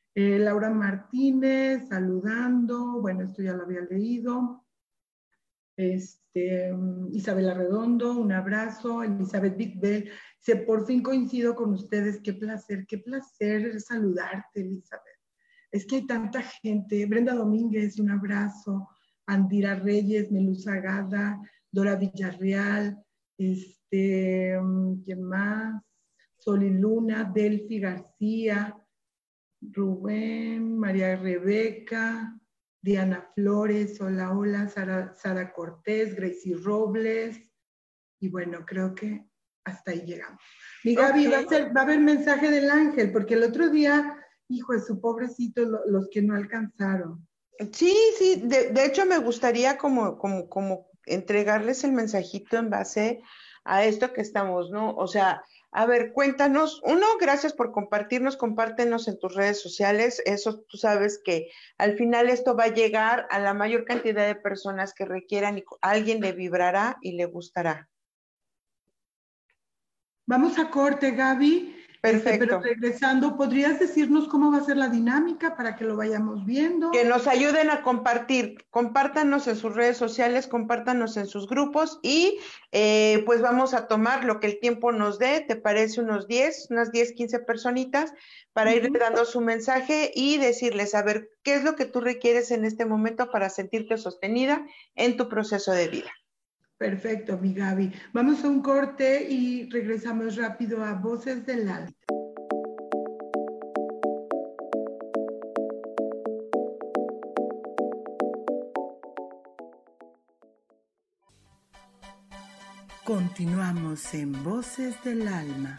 Laura Martínez, saludando. Bueno, esto ya lo había leído. Isabela Redondo, un abrazo. Elizabeth Big Bell, por fin coincido con ustedes. Qué placer saludarte, Elizabeth. Es que hay tanta gente. Brenda Domínguez, un abrazo. Andira Reyes, Melusa Gada, Dora Villarreal, ¿quién más? Sol y Luna, Delphi García, Rubén, María Rebeca, Diana Flores, hola, Sara Cortés, Gracie Robles, y bueno, creo que hasta ahí llegamos. Mi Gaby, va a haber mensaje del ángel, porque el otro día, hijo de su pobrecito, los que no alcanzaron. Sí, de hecho me gustaría como entregarles el mensajito en base a esto que estamos, ¿no? O sea, a ver, cuéntanos, gracias por compartirnos, compártenos en tus redes sociales, eso tú sabes que al final esto va a llegar a la mayor cantidad de personas que requieran y a alguien le vibrará y le gustará. Vamos a corte, Gaby. Perfecto. Pero regresando, ¿podrías decirnos cómo va a ser la dinámica para que lo vayamos viendo? Que nos ayuden a compartir, compártanos en sus redes sociales, compártanos en sus grupos y pues vamos a tomar lo que el tiempo nos dé, ¿te parece? Unas 10, 15 personitas para ir dando su mensaje y decirles, a ver, ¿qué es lo que tú requieres en este momento para sentirte sostenida en tu proceso de vida? Perfecto, mi Gaby. Vamos a un corte y regresamos rápido a Voces del Alma. Continuamos en Voces del Alma.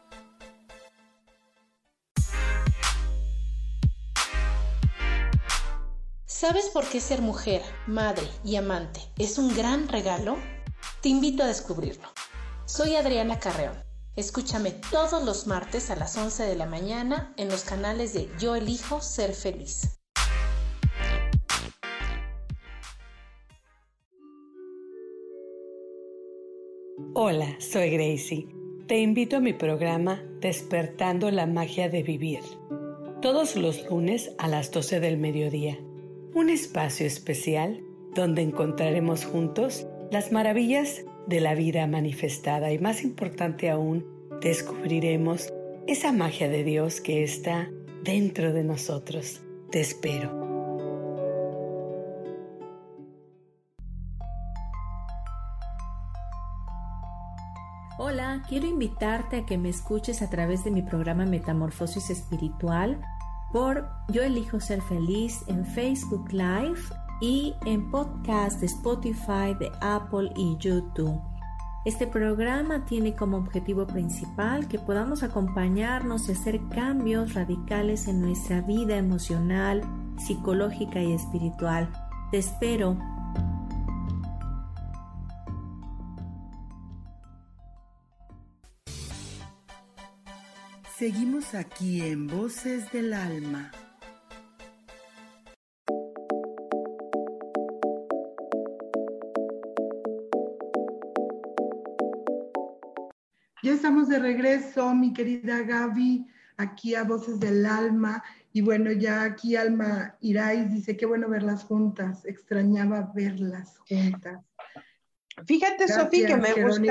¿Sabes por qué ser mujer, madre y amante es un gran regalo? Te invito a descubrirlo. Soy Adriana Carreón. Escúchame todos los martes a las 11 de la mañana en los canales de Yo Elijo Ser Feliz. Hola, soy Gracie. Te invito a mi programa Despertando la Magia de Vivir. Todos los lunes a las 12 del mediodía. Un espacio especial donde encontraremos juntos las maravillas de la vida manifestada y, más importante aún, descubriremos esa magia de Dios que está dentro de nosotros. Te espero. Hola, quiero invitarte a que me escuches a través de mi programa Metamorfosis Espiritual por Yo Elijo Ser Feliz en Facebook Live y en podcast de Spotify, de Apple y YouTube. Este programa tiene como objetivo principal que podamos acompañarnos y hacer cambios radicales en nuestra vida emocional, psicológica y espiritual. Te espero. Seguimos aquí en Voces del Alma. Ya estamos de regreso, mi querida Gaby, aquí a Voces del Alma. Y bueno, ya aquí Alma Irais dice, qué bueno verlas juntas, extrañaba verlas juntas. Fíjate, Sofi, que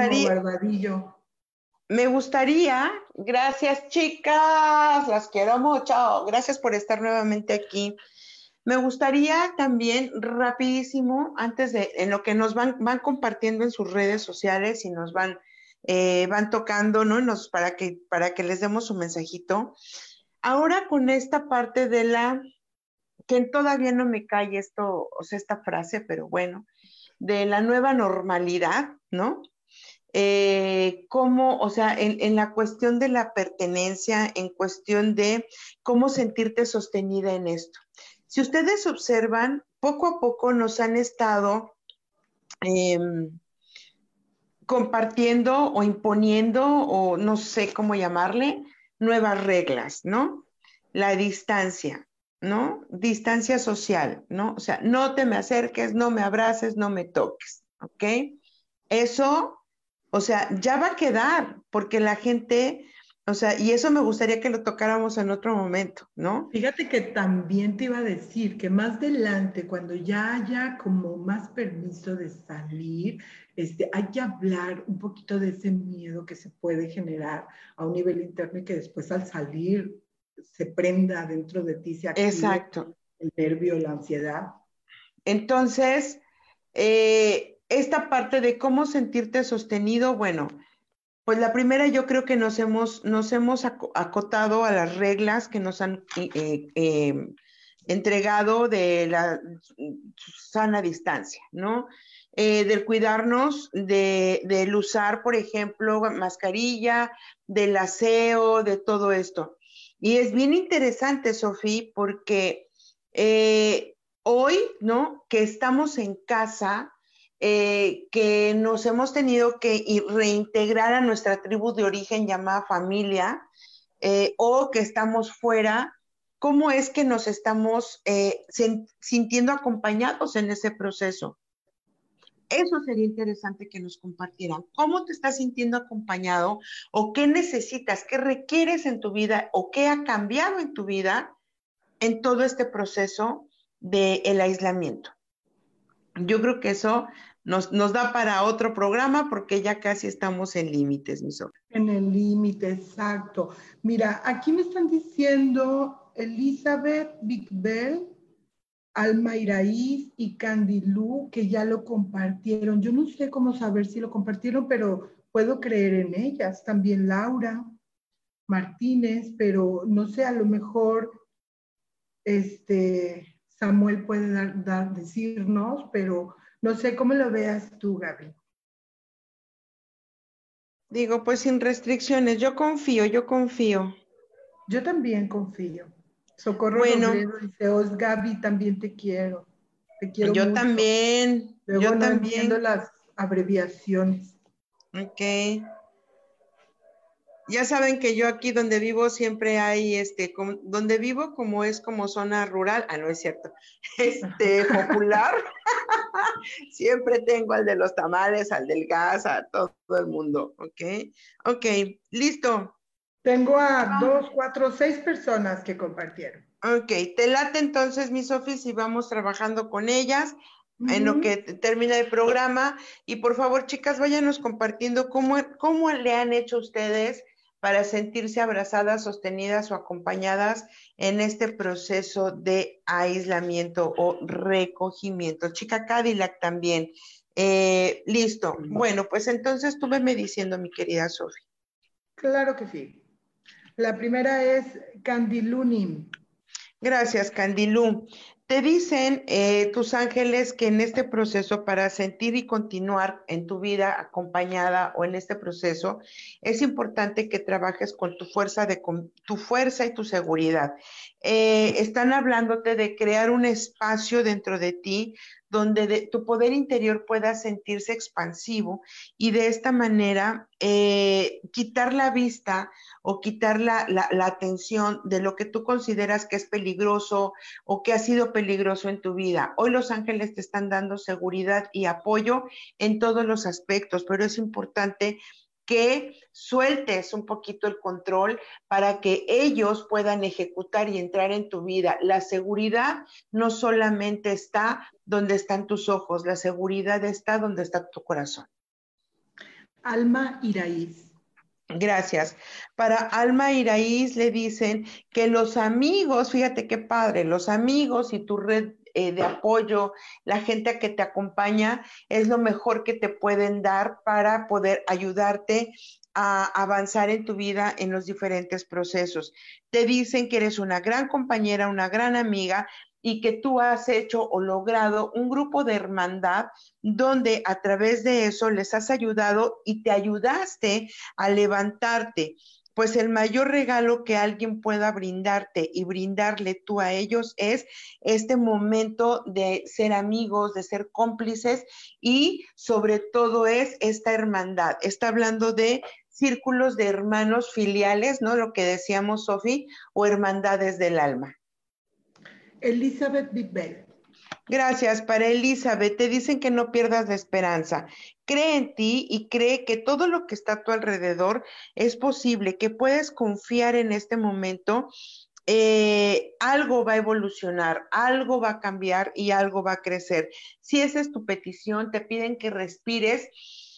me gustaría, gracias chicas, las quiero mucho, gracias por estar nuevamente aquí. Me gustaría también rapidísimo, antes de, en lo que nos van compartiendo en sus redes sociales y nos van tocando, ¿no? Para que les demos su mensajito. Ahora con esta parte de que todavía no me cae esto, o sea, esta frase, pero bueno, de la nueva normalidad, ¿no? Cómo, o sea, en la cuestión de la pertenencia, en cuestión de cómo sentirte sostenida en esto. Si ustedes observan, poco a poco nos han estado compartiendo o imponiendo, o no sé cómo llamarle, nuevas reglas, ¿no? La distancia, ¿no? Distancia social, ¿no? O sea, no te me acerques, no me abraces, no me toques, ¿ok? Eso, o sea, ya va a quedar, porque la gente, O sea, y eso me gustaría que lo tocáramos en otro momento, ¿no? Fíjate que también te iba a decir que más adelante, cuando ya haya como más permiso de salir, hay que hablar un poquito de ese miedo que se puede generar a un nivel interno y que después al salir se prenda dentro de ti, se active. Exacto. El nervio, la ansiedad. Entonces, esta parte de cómo sentirte sostenido, bueno, pues la primera yo creo que nos hemos acotado a las reglas que nos han entregado de la sana distancia, ¿no? Del cuidarnos, del usar, por ejemplo, mascarilla, del aseo, de todo esto. Y es bien interesante, Sofía, porque hoy, ¿no? Que estamos en casa, que nos hemos tenido que reintegrar a nuestra tribu de origen llamada familia, o que estamos fuera, ¿cómo es que nos estamos sintiendo acompañados en ese proceso? Eso sería interesante que nos compartieran. ¿Cómo te estás sintiendo acompañado? ¿O qué necesitas? ¿Qué requieres en tu vida? ¿O qué ha cambiado en tu vida en todo este proceso del aislamiento? Yo creo que eso nos da para otro programa porque ya casi estamos en límites, mi Sofía. En el límite, exacto. Mira, aquí me están diciendo Elizabeth Big Bell, Alma Iraíz y Candy Lu, que ya lo compartieron. Yo no sé cómo saber si lo compartieron, pero puedo creer en ellas. También Laura Martínez, pero no sé, a lo mejor Samuel puede decirnos, pero no sé cómo lo veas tú, Gaby. Digo, pues sin restricciones, yo confío. Yo también confío. Socorro bueno, Robledo dice, Gaby, también te quiero. Te quiero yo mucho. También. Luego yo no también. Entiendo las abreviaciones. Ok. Ya saben que yo aquí donde vivo siempre hay, donde vivo como es como zona rural, no es cierto, popular, siempre tengo al de los tamales, al del gas, a todo el mundo, ¿ok? Ok, listo. Tengo a 2, 4, 6 personas que compartieron. Ok, te late entonces, mi Sofía, si vamos trabajando con ellas en lo que termina el programa. Y por favor, chicas, váyanos compartiendo cómo le han hecho ustedes para sentirse abrazadas, sostenidas o acompañadas en este proceso de aislamiento o recogimiento. Chica Cadillac también. Listo. Bueno, pues entonces tú veme diciendo, mi querida Sofía. Claro que sí. La primera es Candiluni. Gracias, Candilú. Te dicen tus ángeles que en este proceso, para sentir y continuar en tu vida acompañada o en este proceso, es importante que trabajes con tu fuerza y tu seguridad. Están hablándote de crear un espacio dentro de ti donde tu poder interior pueda sentirse expansivo y de esta manera quitar la vista o quitar la atención de lo que tú consideras que es peligroso o que ha sido peligroso en tu vida. Hoy los ángeles te están dando seguridad y apoyo en todos los aspectos, pero es importante que sueltes un poquito el control para que ellos puedan ejecutar y entrar en tu vida. La seguridad no solamente está donde están tus ojos, la seguridad está donde está tu corazón. Alma Iraíz. Gracias. Para Alma Iraíz le dicen que los amigos, fíjate qué padre, los amigos y tu red de apoyo, la gente que te acompaña, es lo mejor que te pueden dar para poder ayudarte a avanzar en tu vida en los diferentes procesos. Te dicen que eres una gran compañera, una gran amiga y que tú has hecho o logrado un grupo de hermandad donde a través de eso les has ayudado y te ayudaste a levantarte. Pues el mayor regalo que alguien pueda brindarte y brindarle tú a ellos es este momento de ser amigos, de ser cómplices y sobre todo es esta hermandad. Está hablando de círculos de hermanos filiales, ¿no? Lo que decíamos, Sofi, o hermandades del alma. Elizabeth Big Bell. Gracias. Para Elizabeth, te dicen que no pierdas la esperanza. Cree en ti y cree que todo lo que está a tu alrededor es posible, que puedes confiar en este momento. Algo va a evolucionar, algo va a cambiar y algo va a crecer. Si esa es tu petición, te piden que respires,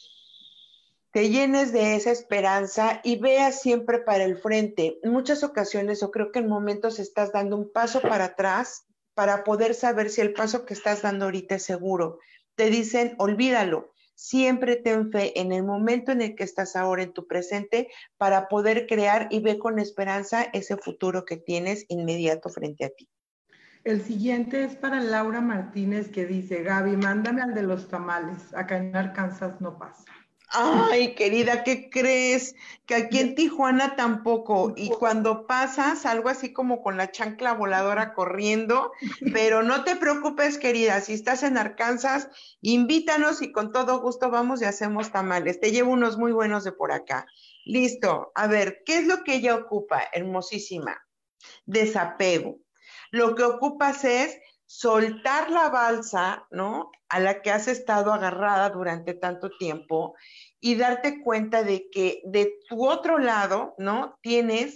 te llenes de esa esperanza y veas siempre para el frente. En muchas ocasiones, o creo que en momentos estás dando un paso para atrás para poder saber si el paso que estás dando ahorita es seguro. Te dicen, olvídalo. Siempre ten fe en el momento en el que estás ahora en tu presente para poder crear y ver con esperanza ese futuro que tienes inmediato frente a ti. El siguiente es para Laura Martínez, que dice, Gaby, mándame al de los tamales. Acá en Arkansas no pasa. Ay, querida, ¿qué crees? Que aquí en Tijuana tampoco. Y cuando pasas, algo así como con la chancla voladora corriendo. Pero no te preocupes, querida. Si estás en Arkansas, invítanos y con todo gusto vamos y hacemos tamales. Te llevo unos muy buenos de por acá. Listo. A ver, ¿qué es lo que ella ocupa? Hermosísima. Desapego. Lo que ocupas es soltar la balsa, ¿no? A la que has estado agarrada durante tanto tiempo y darte cuenta de que de tu otro lado, ¿no? Tienes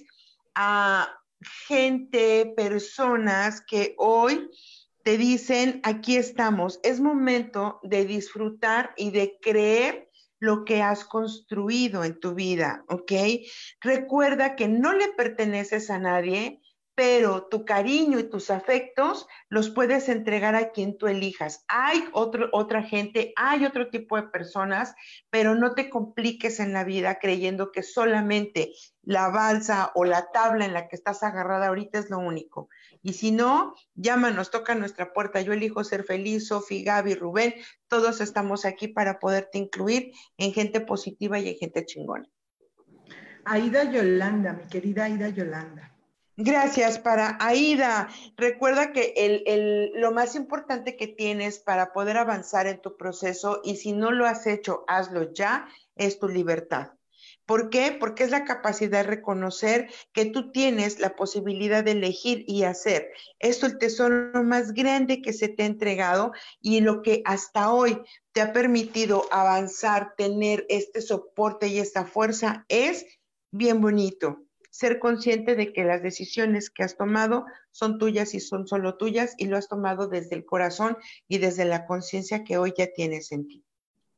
a gente, personas que hoy te dicen, aquí estamos. Es momento de disfrutar y de creer lo que has construido en tu vida, ¿ok? Recuerda que no le perteneces a nadie, pero tu cariño y tus afectos los puedes entregar a quien tú elijas. Hay otra gente, hay otro tipo de personas, pero no te compliques en la vida creyendo que solamente la balsa o la tabla en la que estás agarrada ahorita es lo único. Y si no, llámanos, toca nuestra puerta. Yo elijo ser feliz, Sofi, Gaby, Rubén, todos estamos aquí para poderte incluir en gente positiva y en gente chingona. Aida Yolanda, mi querida Aida Yolanda. Gracias. Para Aida, recuerda que lo más importante que tienes para poder avanzar en tu proceso, y si no lo has hecho, hazlo ya, es tu libertad. ¿Por qué? Porque es la capacidad de reconocer que tú tienes la posibilidad de elegir y hacer. Esto es el tesoro más grande que se te ha entregado y lo que hasta hoy te ha permitido avanzar, tener este soporte y esta fuerza es bien bonito. Ser consciente de que las decisiones que has tomado son tuyas y son solo tuyas y lo has tomado desde el corazón y desde la conciencia que hoy ya tienes en ti.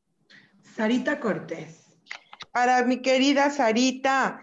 Sarita Cortés. Para mi querida Sarita,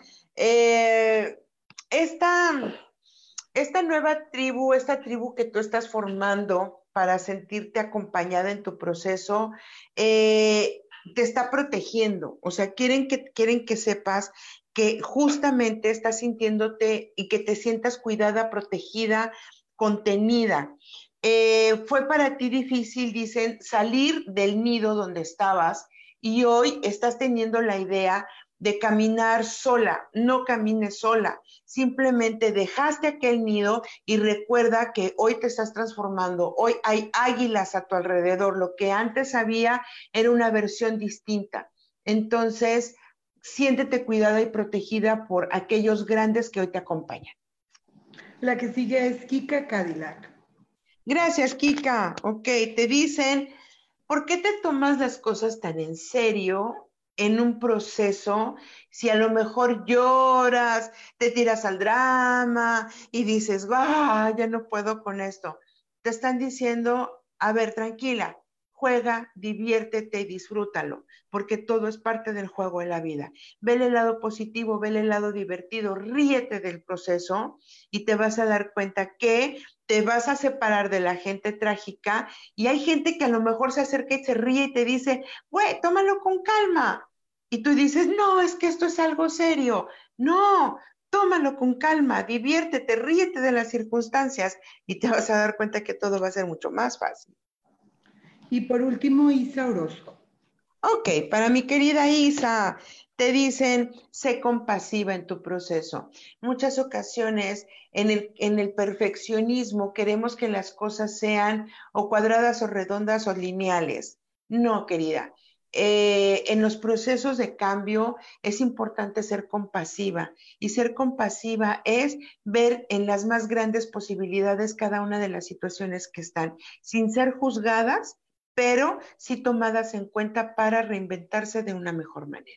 esta nueva tribu, esta tribu que tú estás formando para sentirte acompañada en tu proceso, te está protegiendo. O sea, quieren que sepas que justamente estás sintiéndote y que te sientas cuidada, protegida, contenida. Fue para ti difícil, dicen, salir del nido donde estabas y hoy estás teniendo la idea de caminar sola. No camines sola, simplemente dejaste aquel nido y recuerda que hoy te estás transformando. Hoy hay águilas a tu alrededor. Lo que antes había era una versión distinta. Entonces, siéntete cuidada y protegida por aquellos grandes que hoy te acompañan. La que sigue es Kika Cadillac. Gracias, Kika. Ok, te dicen, ¿por qué te tomas las cosas tan en serio en un proceso si a lo mejor lloras, te tiras al drama y dices, ya no puedo con esto? Te están diciendo, a ver, tranquila, juega, diviértete y disfrútalo, porque todo es parte del juego de la vida. Vele el lado positivo, vele el lado divertido, ríete del proceso y te vas a dar cuenta que te vas a separar de la gente trágica y hay gente que a lo mejor se acerca y se ríe y te dice, güey, tómalo con calma. Y tú dices, no, es que esto es algo serio. No, tómalo con calma, diviértete, ríete de las circunstancias y te vas a dar cuenta que todo va a ser mucho más fácil. Y por último, Isa Orozco. Ok, para mi querida Isa, te dicen, sé compasiva en tu proceso. Muchas ocasiones en el perfeccionismo queremos que las cosas sean o cuadradas o redondas o lineales. No, querida. en los procesos de cambio es importante ser compasiva, y ser compasiva es ver en las más grandes posibilidades cada una de las situaciones que están, sin ser juzgadas, pero sí tomadas en cuenta para reinventarse de una mejor manera.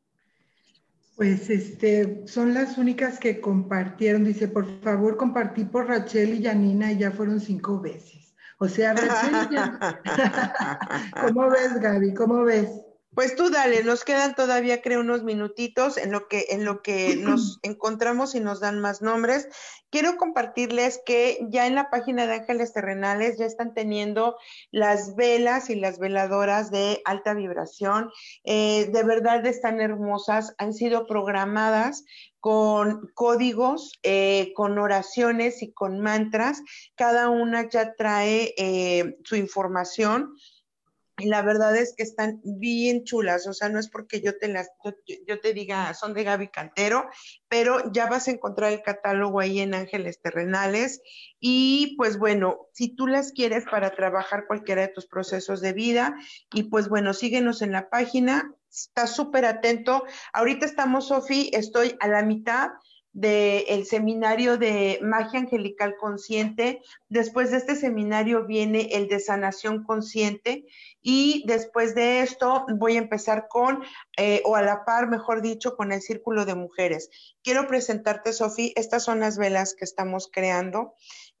Pues son las únicas que compartieron. Dice, por favor, compartí por Rachel y Janina y ya fueron 5 veces. O sea, Rachel y Janina. ¿Cómo ves, Gaby? ¿Cómo ves? Pues tú dale, nos quedan todavía, creo, unos minutitos en lo que nos encontramos y nos dan más nombres. Quiero compartirles que ya en la página de Ángeles Terrenales ya están teniendo las velas y las veladoras de alta vibración. De verdad están hermosas, han sido programadas con códigos, con oraciones y con mantras. Cada una ya trae su información. Y la verdad es que están bien chulas, o sea, no es porque yo te diga, son de Gaby Cantero, pero ya vas a encontrar el catálogo ahí en Ángeles Terrenales. Y pues bueno, si tú las quieres para trabajar cualquiera de tus procesos de vida, y pues bueno, síguenos en la página, está súper atento. Ahorita estamos, Sofi, estoy a la mitad del seminario de magia angelical consciente. Después de este seminario viene el de sanación consciente, y después de esto voy a empezar con, o a la par, mejor dicho, con el círculo de mujeres. Quiero presentarte, Sofi, estas son las velas que estamos creando,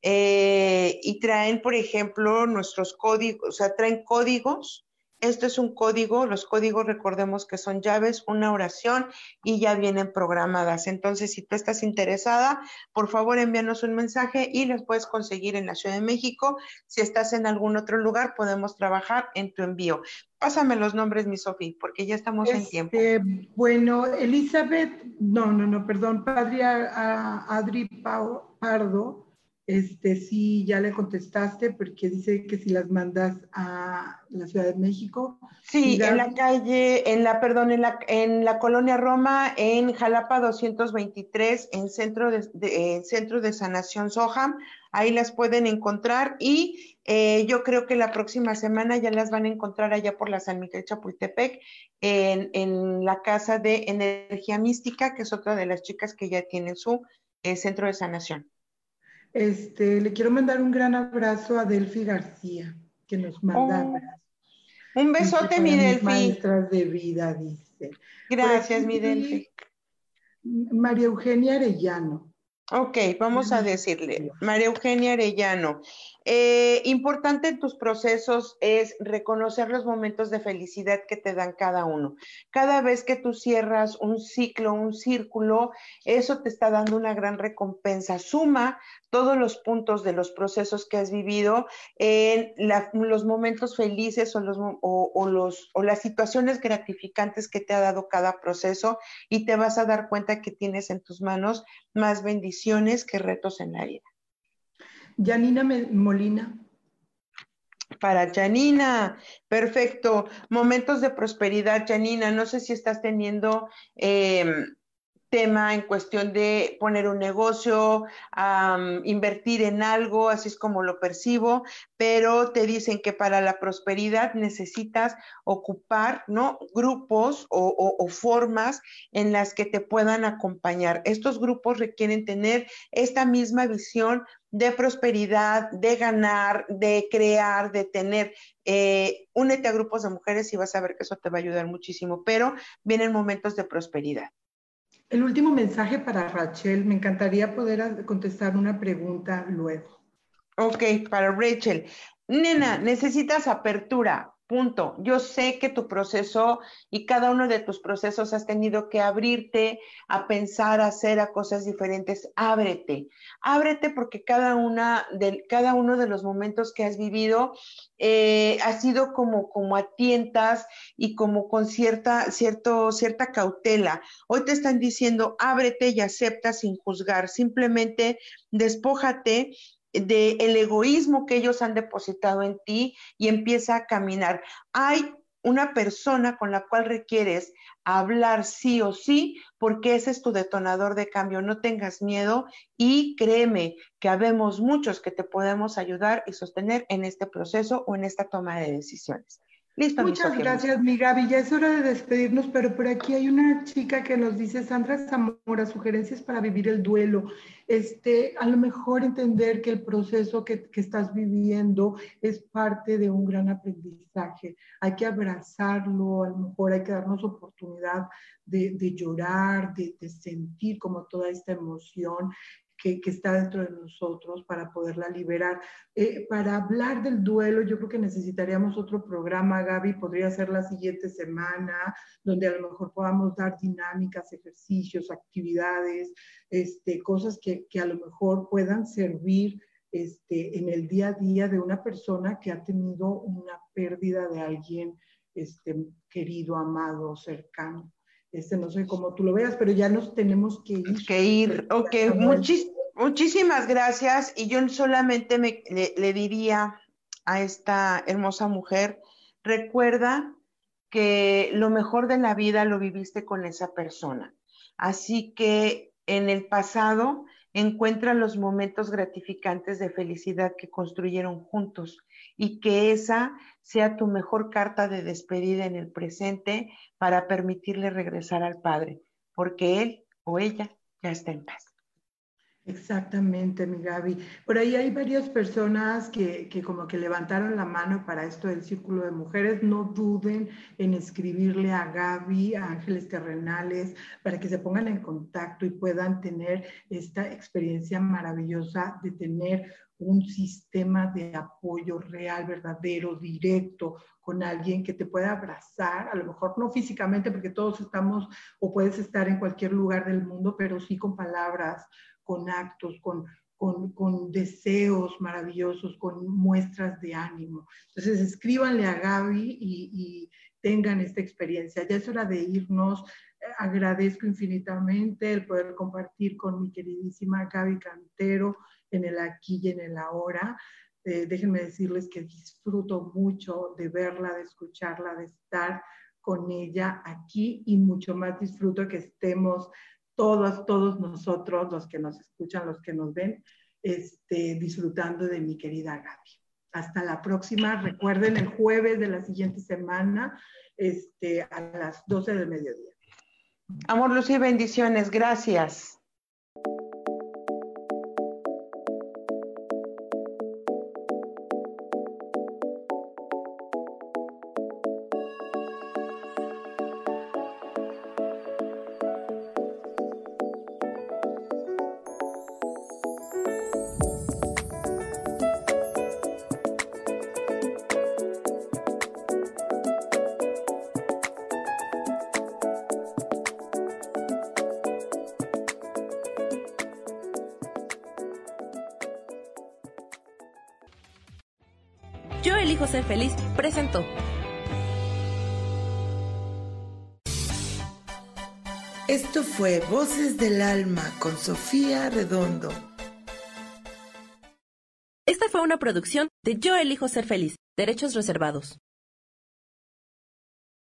y traen, por ejemplo, nuestros códigos, o sea, traen códigos. Esto es un código, los códigos recordemos que son llaves, una oración, y ya vienen programadas. Entonces, si tú estás interesada, por favor envíanos un mensaje y los puedes conseguir en la Ciudad de México. Si estás en algún otro lugar, podemos trabajar en tu envío. Pásame los nombres, mi Sofi, porque ya estamos en tiempo. Bueno, Elizabeth, perdón, Padre Adri Pardo, sí, ya le contestaste porque dice que si las mandas a la Ciudad de México. Sí, en la calle, en la colonia Roma, en Jalapa 223, en Centro de Sanación Soham, ahí las pueden encontrar. Y yo creo que la próxima semana ya las van a encontrar allá por la San Miguel Chapultepec, en la Casa de Energía Mística, que es otra de las chicas que ya tienen su centro de sanación. Le quiero mandar un gran abrazo a Delphi García, que nos manda abrazos. Un besote, mi Delphi. Maestras de vida, dice. Gracias, mi Delphi. María Eugenia Arellano. Ok, vamos a decirle. María Eugenia Arellano. Importante en tus procesos es reconocer los momentos de felicidad que te dan cada uno. Cada vez que tú cierras un ciclo, un círculo, eso te está dando una gran recompensa. Suma todos los puntos de los procesos que has vivido en los momentos felices o las situaciones gratificantes que te ha dado cada proceso, y te vas a dar cuenta que tienes en tus manos más bendiciones que retos en la vida. Janina Molina. Para Janina, perfecto. Momentos de prosperidad, Janina. No sé si estás teniendo tema en cuestión de poner un negocio, invertir en algo, así es como lo percibo, pero te dicen que para la prosperidad necesitas ocupar, ¿no?, grupos o formas en las que te puedan acompañar. Estos grupos requieren tener esta misma visión de prosperidad, de ganar, de crear, de tener. Únete a grupos de mujeres y vas a ver que eso te va a ayudar muchísimo, pero vienen momentos de prosperidad. El último mensaje para Rachel, me encantaría poder contestar una pregunta luego. Ok, para Rachel. Nena, necesitas apertura, punto. Yo sé que tu proceso y cada uno de tus procesos has tenido que abrirte a pensar, a hacer a cosas diferentes. Ábrete porque cada uno de los momentos que has vivido ha sido como a tientas y como con cierta cautela. Hoy te están diciendo, ábrete y acepta sin juzgar. Simplemente despójate del egoísmo que ellos han depositado en ti y empieza a caminar. Hay una persona con la cual requieres hablar sí o sí, porque ese es tu detonador de cambio. No tengas miedo y créeme que habemos muchos que te podemos ayudar y sostener en este proceso o en esta toma de decisiones. Listo. Muchas gracias, mi Gaby. Ya es hora de despedirnos, pero por aquí hay una chica que nos dice, Sandra Zamora, sugerencias para vivir el duelo. A lo mejor entender que el proceso que estás viviendo es parte de un gran aprendizaje. Hay que abrazarlo, a lo mejor hay que darnos oportunidad de llorar, de sentir como toda esta emoción que está dentro de nosotros para poderla liberar. Para hablar del duelo, yo creo que necesitaríamos otro programa, Gaby, podría ser la siguiente semana, donde a lo mejor podamos dar dinámicas, ejercicios, actividades, cosas que a lo mejor puedan servir en el día a día de una persona que ha tenido una pérdida de alguien querido, amado, cercano. No sé cómo tú lo veas, pero ya nos tenemos que ir. Ok, muchísimas gracias. Y yo solamente le diría a esta hermosa mujer, recuerda que lo mejor de la vida lo viviste con esa persona. Así que en el pasado encuentra los momentos gratificantes de felicidad que construyeron juntos y que esa sea tu mejor carta de despedida en el presente para permitirle regresar al Padre, porque él o ella ya está en paz. Exactamente, mi Gaby. Por ahí hay varias personas que como que levantaron la mano para esto del Círculo de Mujeres. No duden en escribirle a Gaby, a Ángeles Terrenales, para que se pongan en contacto y puedan tener esta experiencia maravillosa de tener un sistema de apoyo real, verdadero, directo, con alguien que te pueda abrazar, a lo mejor no físicamente, porque todos estamos o puedes estar en cualquier lugar del mundo, pero sí con palabras, con actos, con deseos maravillosos, con muestras de ánimo. Entonces, escríbanle a Gaby y tengan esta experiencia. Ya es hora de irnos. Agradezco infinitamente el poder compartir con mi queridísima Gaby Cantero en el aquí y en el ahora. Déjenme decirles que disfruto mucho de verla, de escucharla, de estar con ella aquí, y mucho más disfruto que estemos todos nosotros, los que nos escuchan, los que nos ven, disfrutando de mi querida Gaby. Hasta la próxima. Recuerden, el jueves de la siguiente semana, a las 12 del mediodía. Amor, luz y bendiciones. Gracias. Yo elijo ser feliz, presentó. Esto fue Voces del Alma con Sofía Redondo. Esta fue una producción de Yo elijo ser feliz, derechos reservados.